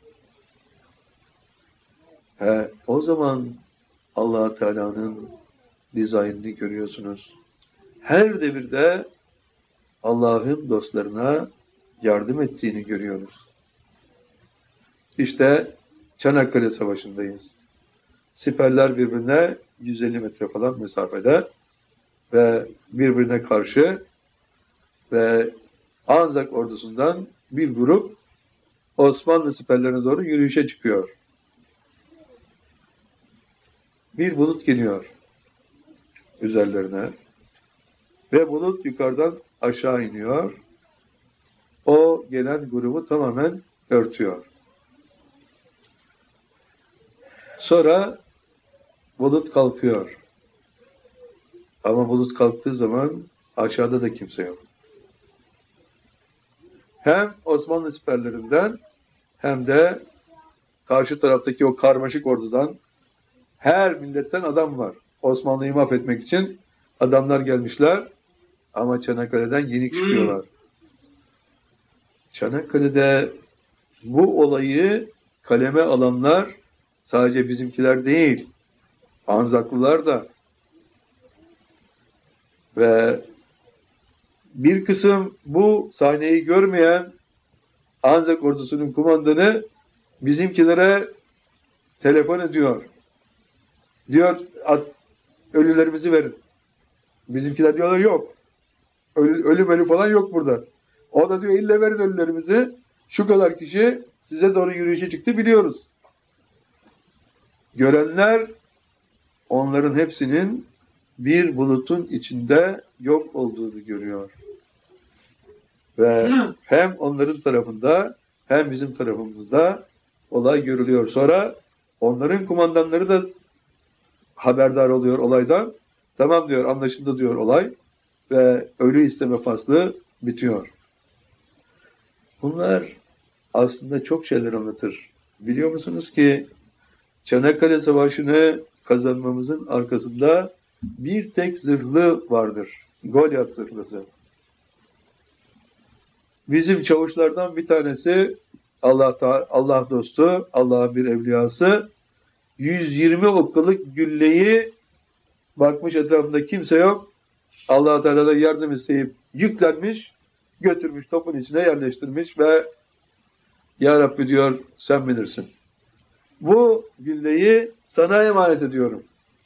Speaker 2: He, o zaman Allah Teala'nın dizaynını görüyorsunuz. Her devirde Allah'ın dostlarına yardım ettiğini görüyoruz. İşte Çanakkale Savaşı'ndayız. Siperler birbirine yüz elli metre falan mesafede ve birbirine karşı ve Anzak ordusundan bir grup Osmanlı siperlerine doğru yürüyüşe çıkıyor. Bir bulut geliyor üzerlerine ve bulut yukarıdan aşağı iniyor. O gelen grubu tamamen örtüyor. Sonra bulut kalkıyor. Ama bulut kalktığı zaman aşağıda da kimse yok. Hem Osmanlı siperlerinden hem de karşı taraftaki o karmaşık ordudan her milletten adam var. Osmanlı'yı mahvetmek için adamlar gelmişler ama Çanakkale'den yenik çıkıyorlar. Çanakkale'de bu olayı kaleme alanlar sadece bizimkiler değil, Anzaklılar da ve bir kısım bu sahneyi görmeyen Anzak ordusunun kumandanı bizimkilere telefon ediyor. Diyor, az, ölülerimizi verin. Bizimkiler diyorlar yok. Ölü, ölü ölü falan yok burada. O da diyor ille verin ölülerimizi. Şu kadar kişi size doğru yürüyüşe çıktı biliyoruz. Görenler onların hepsinin bir bulutun içinde yok olduğunu görüyor. Ve hem onların tarafında hem bizim tarafımızda olay görülüyor. Sonra onların kumandanları da haberdar oluyor olaydan. Tamam diyor, anlaşıldı diyor olay ve ölü isteme faslı bitiyor. Bunlar aslında çok şeyler anlatır. Biliyor musunuz ki Çanakkale Savaşı'nı kazanmamızın arkasında bir tek zırhlı vardır. Golyat zırhlısı. Bizim çavuşlardan bir tanesi Allah Allah dostu, Allah'ın bir evliyası yüz yirmi okkalık gülleyi bakmış etrafında kimse yok. Allah Teala'dan yardım isteyip yüklenmiş, götürmüş topun içine yerleştirmiş ve Ya Rabbi diyor sen bilirsin. Bu gülleyi sana emanet ediyorum.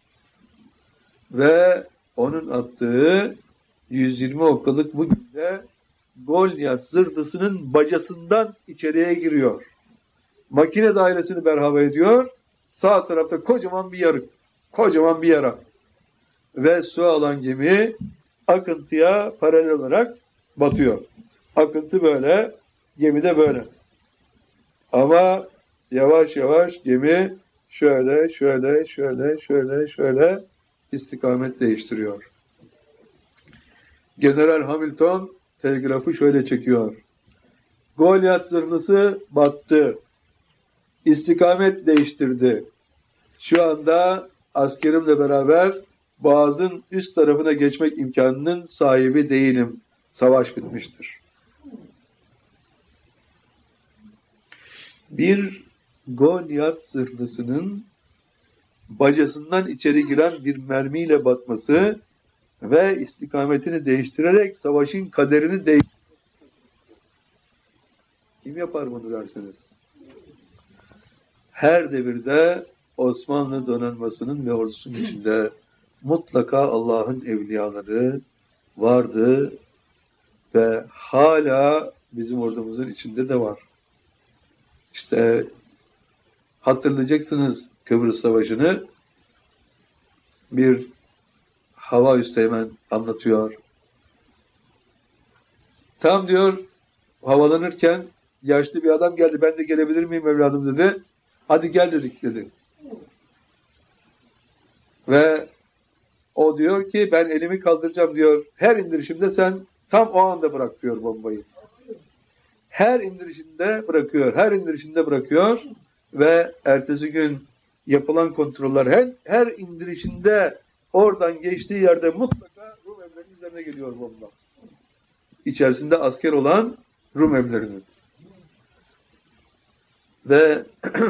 Speaker 2: Ve onun attığı yüz yirmi okkalık bu gülle Golyat zırhlısının bacasından içeriye giriyor. Makine dairesini berhava ediyor. Sağ tarafta kocaman bir yarık. Kocaman bir yara. Ve su alan gemi akıntıya paralel olarak batıyor. Akıntı böyle, gemi de böyle. Ama yavaş yavaş gemi şöyle, şöyle, şöyle, şöyle, şöyle istikamet değiştiriyor. General Hamilton telgrafı şöyle çekiyor. Golyat zırhlısı battı. İstikamet değiştirdi. Şu anda askerimle beraber Boğaz'ın üst tarafına geçmek imkanının sahibi değilim. Savaş bitmiştir. Bir Golyat zırhlısının bacasından içeri giren bir mermiyle batması ve istikametini değiştirerek savaşın kaderini değiştirmek. Kim yapar bunu dersiniz? Her devirde Osmanlı donanmasının ve ordusunun içinde mutlaka Allah'ın evliyaları vardı ve hala bizim ordumuzun içinde de var. İşte hatırlayacaksınız Kıbrıs Savaşı'nı bir hava üsteğmen anlatıyor. Tam diyor havalanırken yaşlı bir adam geldi. Ben de gelebilir miyim evladım dedi. Hadi gel dedik dedi. Ve o diyor ki ben elimi kaldıracağım diyor. Her indirişimde sen tam o anda bırak diyor bombayı. Her indirişinde bırakıyor. Her indirişinde bırakıyor. Ve ertesi gün yapılan kontroller her, her indirişinde oradan geçtiği yerde mutlaka Rum evlerinin üzerine geliyor bomba. İçerisinde asker olan Rum evlerinin. Ve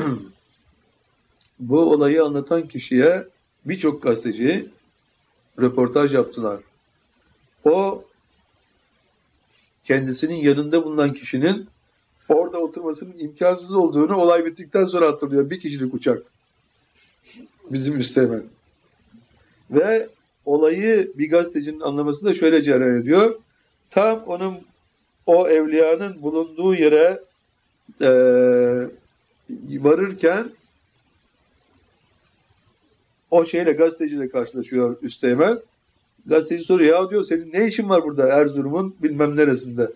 Speaker 2: bu olayı anlatan kişiye birçok gazeteci röportaj yaptılar. O kendisinin yanında bulunan kişinin orada oturmasının imkansız olduğunu olay bittikten sonra hatırlıyor. Bir kişilik uçak. Bizim üsteğmen. Ve olayı bir gazetecinin anlaması da şöyle cereyan ediyor. Tam onun o evliyanın bulunduğu yere e, varırken O şeyle, gazeteciyle karşılaşıyor Üsteğmen. Gazeteci soruyor, ya diyor senin ne işin var burada Erzurum'un bilmem neresinde?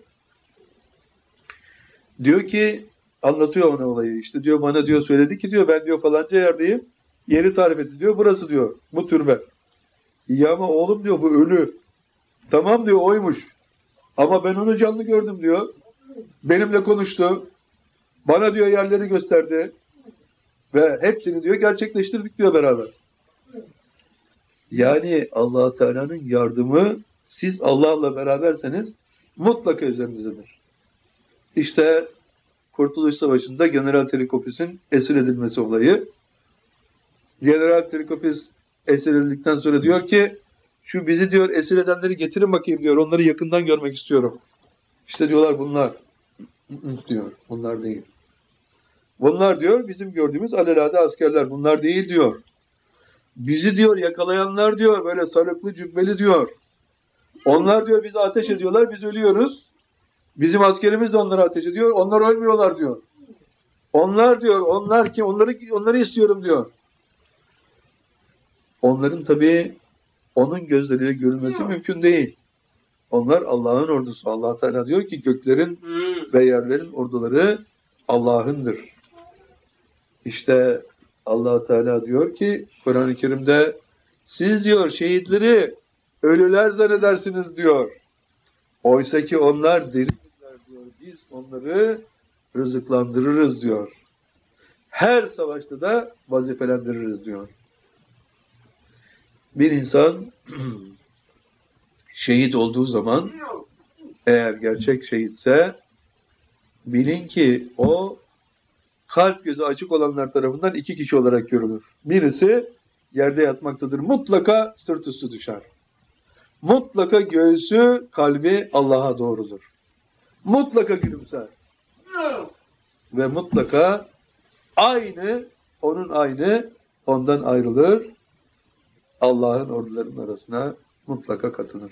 Speaker 2: Diyor ki, anlatıyor ona olayı. İşte diyor bana diyor söyledi ki diyor ben diyor falanca yerdeyim. Yeri tarif etti diyor. Burası diyor. Bu türbe. İyi ama oğlum diyor bu ölü. Tamam diyor oymuş. Ama ben onu canlı gördüm diyor. Benimle konuştu. Bana diyor yerleri gösterdi. Ve hepsini diyor gerçekleştirdik diyor beraber. Yani Allah Teala'nın yardımı siz Allah'la beraberseniz mutlaka üzerinizdedir. İşte Kurtuluş Savaşı'nda General Trikopis'in esir edilmesi olayı. General Trikopis esir edildikten sonra diyor ki şu bizi diyor esir edenleri getirin bakayım diyor. Onları yakından görmek istiyorum. İşte diyorlar bunlar. diyor. Bunlar değil. Bunlar diyor bizim gördüğümüz alelade askerler. Bunlar değil diyor. Bizi diyor yakalayanlar diyor böyle sarıklı cübbeli diyor. Onlar diyor bizi ateş ediyorlar. Biz ölüyoruz. Bizim askerimiz de onlara ateş ediyor. Onlar ölmüyorlar diyor. Onlar diyor, onlar ki onları onları istiyorum diyor. Onların tabii onun gözleriyle görülmesi mümkün değil. Onlar Allah'ın ordusu. Allah Teala diyor ki göklerin ve yerlerin orduları Allah'ındır. İşte Allah Teala diyor ki Kur'an-ı Kerim'de siz diyor şehitleri ölüler zannedersiniz diyor. Oysa ki onlar diridirler diyor. Biz onları rızıklandırırız diyor. Her savaşta da vazifelendiririz diyor. Bir insan şehit olduğu zaman eğer gerçek şehitse bilin ki o kalp gözü açık olanlar tarafından iki kişi olarak görülür. Birisi yerde yatmaktadır. Mutlaka sırt üstü düşer. Mutlaka göğsü, kalbi Allah'a doğrudur. Mutlaka gülümser. Ve mutlaka aynı, onun aynı ondan ayrılır. Allah'ın ordularının arasına mutlaka katılır.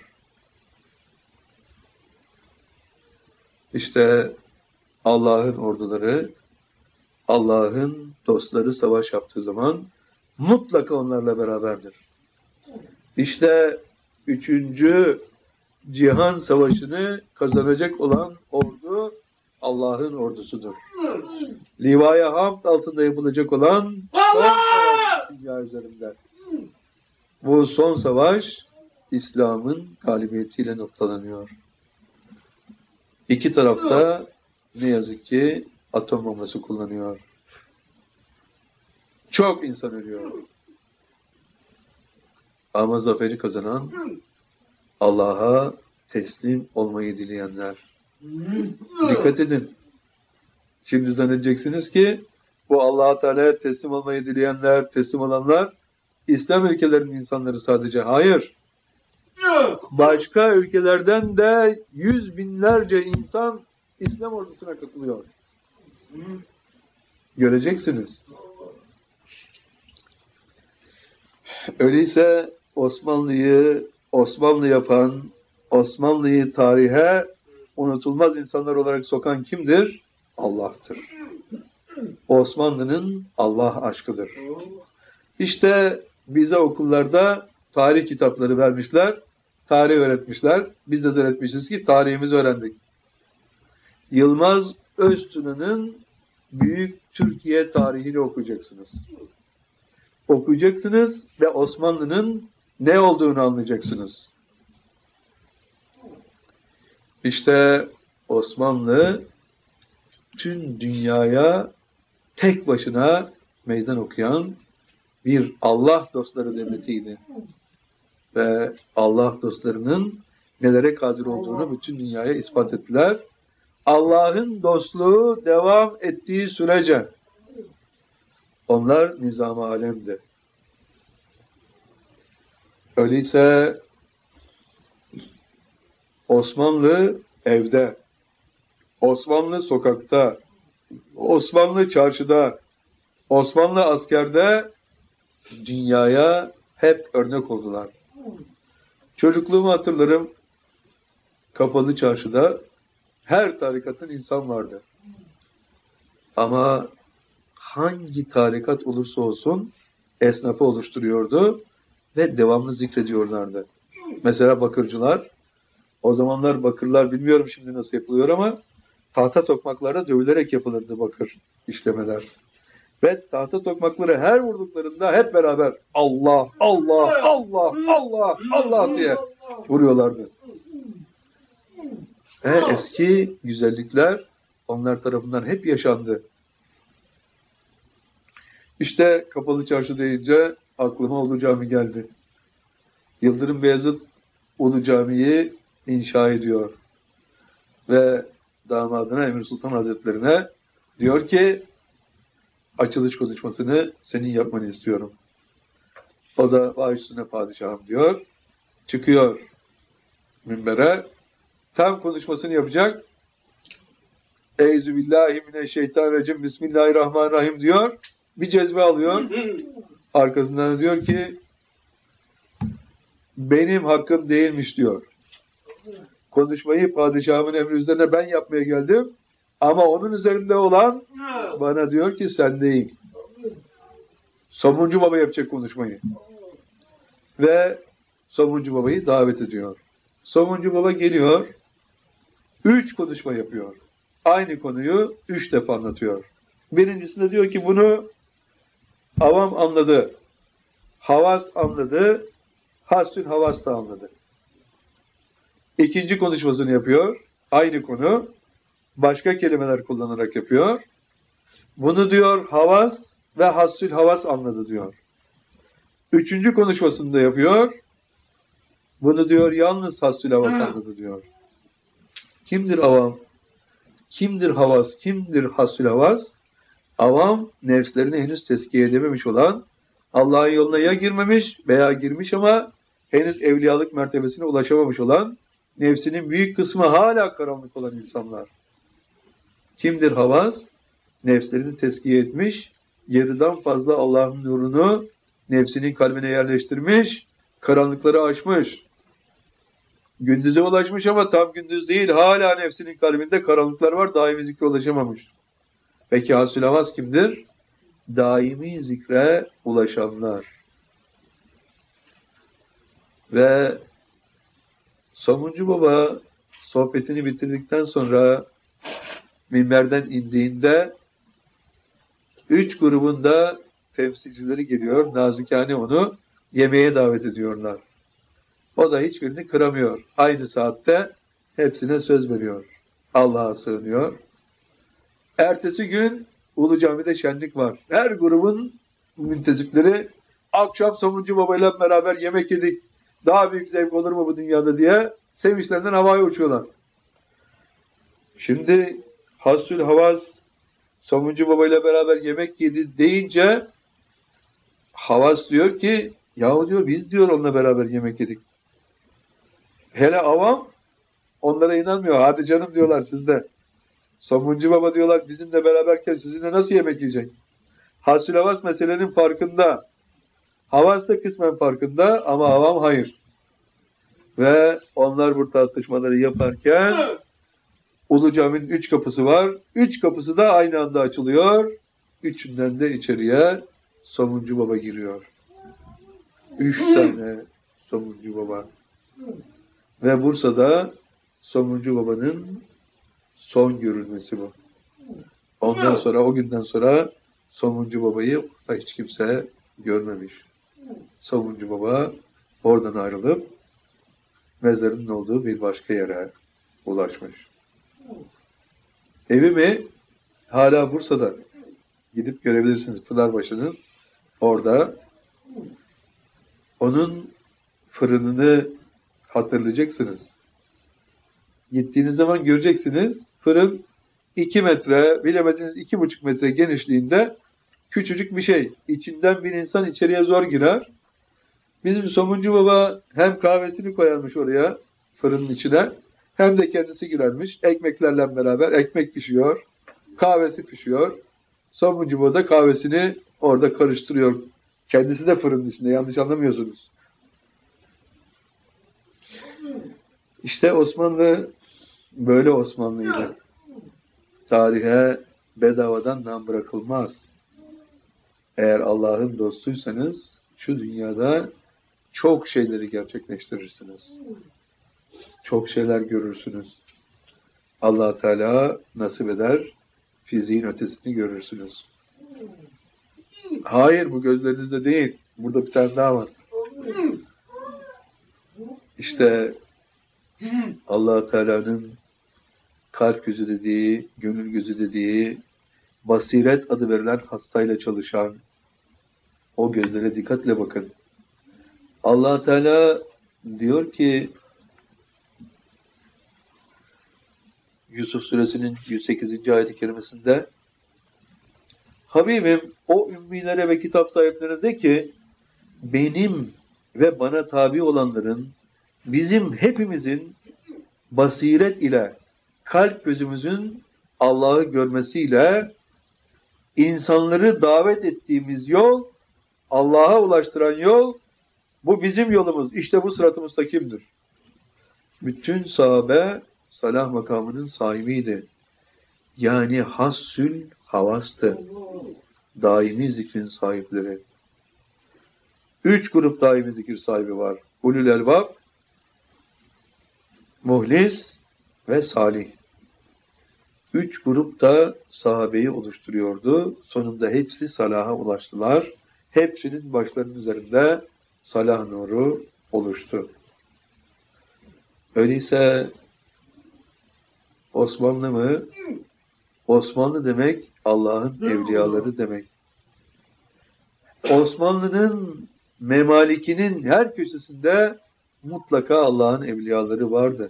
Speaker 2: İşte Allah'ın orduları, Allah'ın dostları savaş yaptığı zaman mutlaka onlarla beraberdir. İşte üçüncü Cihan Savaşı'nı kazanacak olan ordu Allah'ın ordusudur. Livaya Hamd altında yapılacak olan son savaş dünya üzerinde. Bu son savaş İslam'ın galibiyetiyle noktalanıyor. İki tarafta ne yazık ki atom bombası kullanıyor. Çok insan ölüyor. Ama zaferi kazanan Allah'a teslim olmayı dileyenler. Dikkat edin. Şimdi zannedeceksiniz ki bu Allah-u Teala'ya teslim olmayı dileyenler, teslim olanlar İslam ülkelerinin insanları sadece. Hayır. Başka ülkelerden de yüz binlerce insan İslam ordusuna katılıyor. Göreceksiniz. Öyleyse Osmanlı'yı Osmanlı yapan, Osmanlı'yı tarihe unutulmaz insanlar olarak sokan kimdir? Allah'tır. Osmanlı'nın Allah aşkıdır. İşte bize okullarda tarih kitapları vermişler, tarih öğretmişler. Biz de öğretmişiz ki tarihimizi öğrendik. Yılmaz Öztuna'nın Büyük Türkiye tarihini okuyacaksınız. Okuyacaksınız ve Osmanlı'nın ne olduğunu anlayacaksınız. İşte Osmanlı tüm dünyaya tek başına meydan okuyan bir Allah dostları devletiydi. Ve Allah dostlarının nelere kadir olduğunu bütün dünyaya ispat ettiler. Allah'ın dostluğu devam ettiği sürece onlar nizam-ı alemdi. Öyleyse Osmanlı evde, Osmanlı sokakta, Osmanlı çarşıda, Osmanlı askerde dünyaya hep örnek oldular. Çocukluğumu hatırlarım, kapalı çarşıda her tarikatın insan vardı. Ama hangi tarikat olursa olsun esnafı oluşturuyordu ve devamlı zikrediyorlardı. Mesela bakırcılar, o zamanlar bakırlar bilmiyorum şimdi nasıl yapılıyor ama tahta tokmaklarda dövülerek yapılırdı bakır işlemeler. Ve tahta tokmakları her vurduklarında hep beraber Allah, Allah, Allah, Allah, Allah diye vuruyorlardı. Ve eski güzellikler onlar tarafından hep yaşandı. İşte Kapalı Çarşı deyince aklıma Ulu Cami geldi. Yıldırım Beyazıt Ulu Cami'yi inşa ediyor. Ve damadına Emir Sultan Hazretlerine diyor ki açılış konuşmasını senin yapmanı istiyorum. O da baş üstüne padişahım diyor. Çıkıyor minbere. Tam konuşmasını yapacak. Euzubillahimineşşeytanirracim Bismillahirrahmanirrahim diyor. Bir cezve alıyor. Arkasından diyor ki benim hakkım değilmiş diyor. Konuşmayı padişahımın emri üzerine ben yapmaya geldim. Ama onun üzerinde olan bana diyor ki sen değil. Somuncu Baba yapacak konuşmayı. Ve Somuncu Baba'yı davet ediyor. Somuncu Baba geliyor. Üç konuşma yapıyor. Aynı konuyu üç defa anlatıyor. Birincisinde diyor ki bunu avam anladı. Havas anladı. Hasün Havas da anladı. İkinci konuşmasını yapıyor. Aynı konu. Başka kelimeler kullanarak yapıyor. Bunu diyor Havas ve Hasül Havas anladı diyor. Üçüncü konuşmasını da yapıyor. Bunu diyor yalnız Hasül Havas anladı diyor. Kimdir avam? Kimdir Havas? Kimdir Hasül Havas? Avam nefslerini henüz tezkiye edememiş olan, Allah'ın yoluna ya girmemiş veya girmiş ama henüz evliyalık mertebesine ulaşamamış olan, nefsinin büyük kısmı hala karanlık olan insanlar. Kimdir Havas? Nefslerini tezkiye etmiş, yarıdan fazla Allah'ın nurunu nefsinin kalbine yerleştirmiş, karanlıkları aşmış. Gündüze ulaşmış ama tam gündüz değil, hala nefsinin kalbinde karanlıklar var, daimi zikre ulaşamamış. Peki Hasül Havas kimdir? Daimi zikre ulaşanlar. Ve Somuncu Baba sohbetini bitirdikten sonra minberden indiğinde üç grubun da temsilcileri geliyor. Nazikane onu yemeğe davet ediyorlar. O da hiçbirini kıramıyor. Aynı saatte hepsine söz veriyor. Allah'a sığınıyor. Ertesi gün Ulu Cami'de şenlik var. Her grubun müntezipleri akşam Somuncu Baba'yla beraber yemek yedik. Daha büyük zevk olur mu bu dünyada diye sevinçlerinden havaya uçuyorlar. Şimdi Hasül Havas Somuncu Baba'yla beraber yemek yedi deyince Havas diyor ki yahu diyor biz diyor onunla beraber yemek yedik. Hele avam onlara inanmıyor. Hadi canım diyorlar sizde. Somuncu Baba diyorlar bizimle beraberken sizinle nasıl yemek yiyecek? Hasül Havas meselenin farkında. Havas da kısmen farkında ama avam hayır. Ve onlar bu tartışmaları yaparken Ulu Cami'nin üç kapısı var. Üç kapısı da aynı anda açılıyor. Üçünden de içeriye Somuncu Baba giriyor. Üç tane Somuncu Baba. Ve Bursa'da Somuncu Baba'nın son görülmesi bu. Ondan sonra, o günden sonra Somuncu Baba'yı hiç kimse görmemiş. Somuncu Baba oradan ayrılıp mezarının olduğu bir başka yere ulaşmış. Evi mi? Hala Bursa'da. Gidip görebilirsiniz Pınarbaşı'nın orada. Onun fırınını hatırlayacaksınız. Gittiğiniz zaman göreceksiniz. Fırın iki metre, bilemediniz iki buçuk metre genişliğinde küçücük bir şey. İçinden bir insan içeriye zor girer. Bizim Somuncu Baba hem kahvesini koyarmış oraya, fırının içine, hem de kendisi girermiş. Ekmeklerle beraber ekmek pişiyor, kahvesi pişiyor. Somuncu Baba da kahvesini orada karıştırıyor. Kendisi de fırının içinde, yanlış anlamıyorsunuz. İşte Osmanlı böyle Osmanlıydı. Tarihe bedavadan nam bırakılmaz. Eğer Allah'ın dostuysanız şu dünyada çok şeyleri gerçekleştirirsiniz. Çok şeyler görürsünüz. Allah Teala nasip eder, fiziğin ötesini görürsünüz. Hayır, bu gözlerinizde değil. Burada bir tane daha var. İşte Allah Teala'nın kalp gözü dediği, gönül gözü dediği, basiret adı verilen hastayla çalışan o gözlere dikkatle bakın. Allah Teala diyor ki Yusuf Suresinin yüz sekizinci ayet-i kerimesinde, Habibim o ümmilere ve kitap sahiplerine de ki benim ve bana tabi olanların, bizim hepimizin basiret ile kalp gözümüzün Allah'ı görmesiyle insanları davet ettiğimiz yol, Allah'a ulaştıran yol, bu bizim yolumuz. İşte bu sırat-ı müstakimdir. Bütün sahabe salah makamının sahibiydi. Yani hassül havastı. Daimi zikrin sahipleri. Üç grup daimi zikir sahibi var. Ulul elbab, muhlis ve salih. Üç grup da sahabeyi oluşturuyordu. Sonunda hepsi salaha ulaştılar. Hepsinin başlarının üzerinde salah nuru oluştu. Öyleyse Osmanlı mı? Osmanlı demek Allah'ın evliyaları demek. Osmanlı'nın memalikinin her köşesinde mutlaka Allah'ın evliyaları vardı.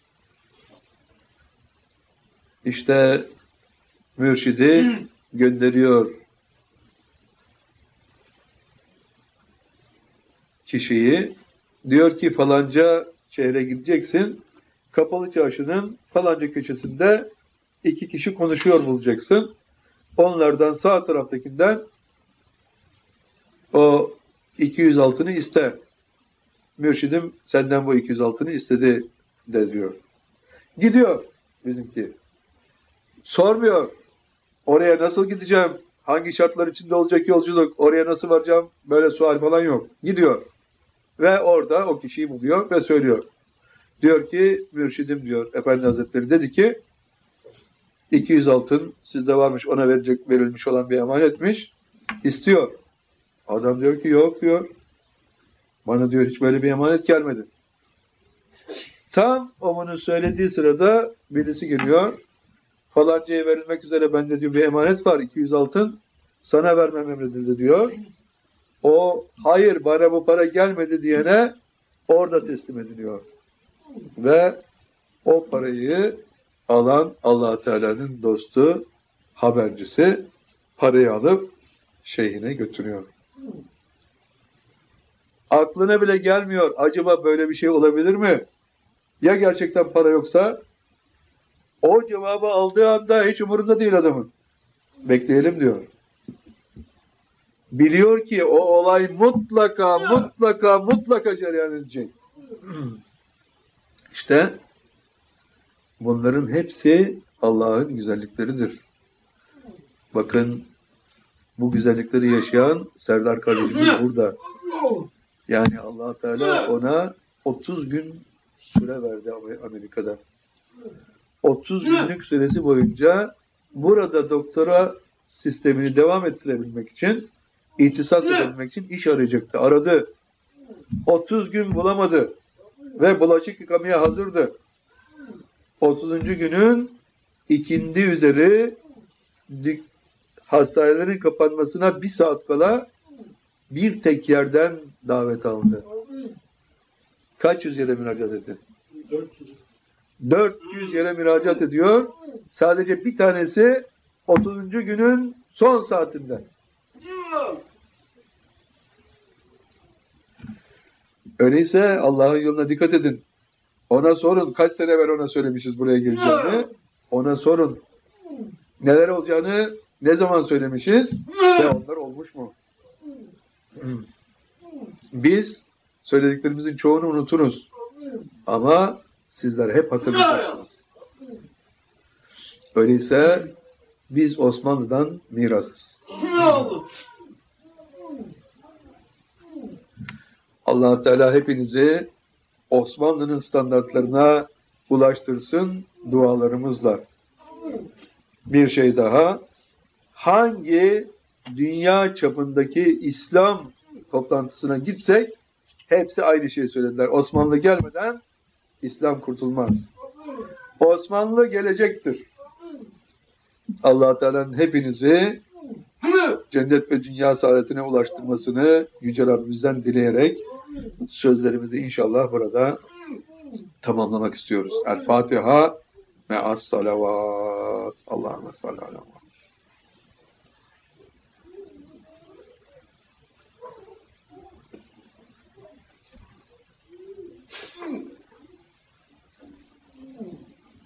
Speaker 2: İşte mürşidi gönderiyor kişiyi. Diyor ki falanca şehre gideceksin. Kapalı çarşının falanca köşesinde iki kişi konuşuyor bulacaksın. Onlardan sağ taraftakinden o iki yüz altını iste. Mürşidim senden bu iki yüz altını istedi de diyor. Gidiyor bizimki. Sormuyor. Oraya nasıl gideceğim? Hangi şartlar içinde olacak yolculuk? Oraya nasıl varacağım? Böyle sual falan yok. Gidiyor. Ve orada o kişiyi buluyor ve söylüyor. Diyor ki mürşidim diyor. Efendi Hazretleri dedi ki iki yüz altın sizde varmış, ona verecek, verilmiş olan bir emanetmiş. İstiyor. Adam diyor ki yok diyor. Bana diyor hiç böyle bir emanet gelmedi. Tam o bunu söylediği sırada birisi geliyor. Falancaya verilmek üzere bende diyor bir emanet var, iki yüz altın. Sana vermem emredildi diyor. O hayır bana bu para gelmedi diyene orada teslim ediliyor. Ve o parayı alan Allah Teala'nın dostu, habercisi parayı alıp şeyhine götürüyor. Aklına bile gelmiyor. Acaba böyle bir şey olabilir mi? Ya gerçekten para yoksa? O cevabı aldığı anda hiç umurunda değil adamın. Bekleyelim diyor. Biliyor ki o olay mutlaka, mutlaka, mutlaka cereyan edecek. İşte bunların hepsi Allah'ın güzellikleridir. Bakın bu güzellikleri yaşayan Serdar kardeşimiz burada. Yani Allah Teala ona otuz gün süre verdi Amerika'da. otuz günlük süresi boyunca burada doktora sistemini devam ettirebilmek için, ihtisas edebilmek için iş arayacaktı. Aradı. otuz gün bulamadı. Ve bulaşık yıkamaya hazırdı. otuzuncu günün ikindi üzeri hastanelerin kapanmasına bir saat kala bir tek yerden davet aldı. Kaç yüz yere müracaat etti? dört yüz yere müracaat ediyor. Sadece bir tanesi otuzuncu günün son saatinde. Öyleyse Allah'ın yoluna dikkat edin. Ona sorun. Kaç sene evvel ona söylemişiz buraya geleceğini. Ona sorun. Neler olacağını ne zaman söylemişiz ve onlar olmuş mu? Biz söylediklerimizin çoğunu unuturuz. Ama sizler hep hatırlayacaksınız. Öyleyse biz Osmanlı'dan mirasız. Allah Teala hepinizi Osmanlı'nın standartlarına ulaştırsın dualarımızla. Bir şey daha, hangi dünya çapındaki İslam toplantısına gitsek hepsi aynı şeyi söylediler. Osmanlı gelmeden İslam kurtulmaz. Osmanlı gelecektir. Allah Teala'nın hepinizi cennet ve dünya saadetine ulaştırmasını Yüce Rabbimizden dileyerek sözlerimizi inşallah burada tamamlamak istiyoruz. El Fatiha me'as salavat. Allahümme salli ala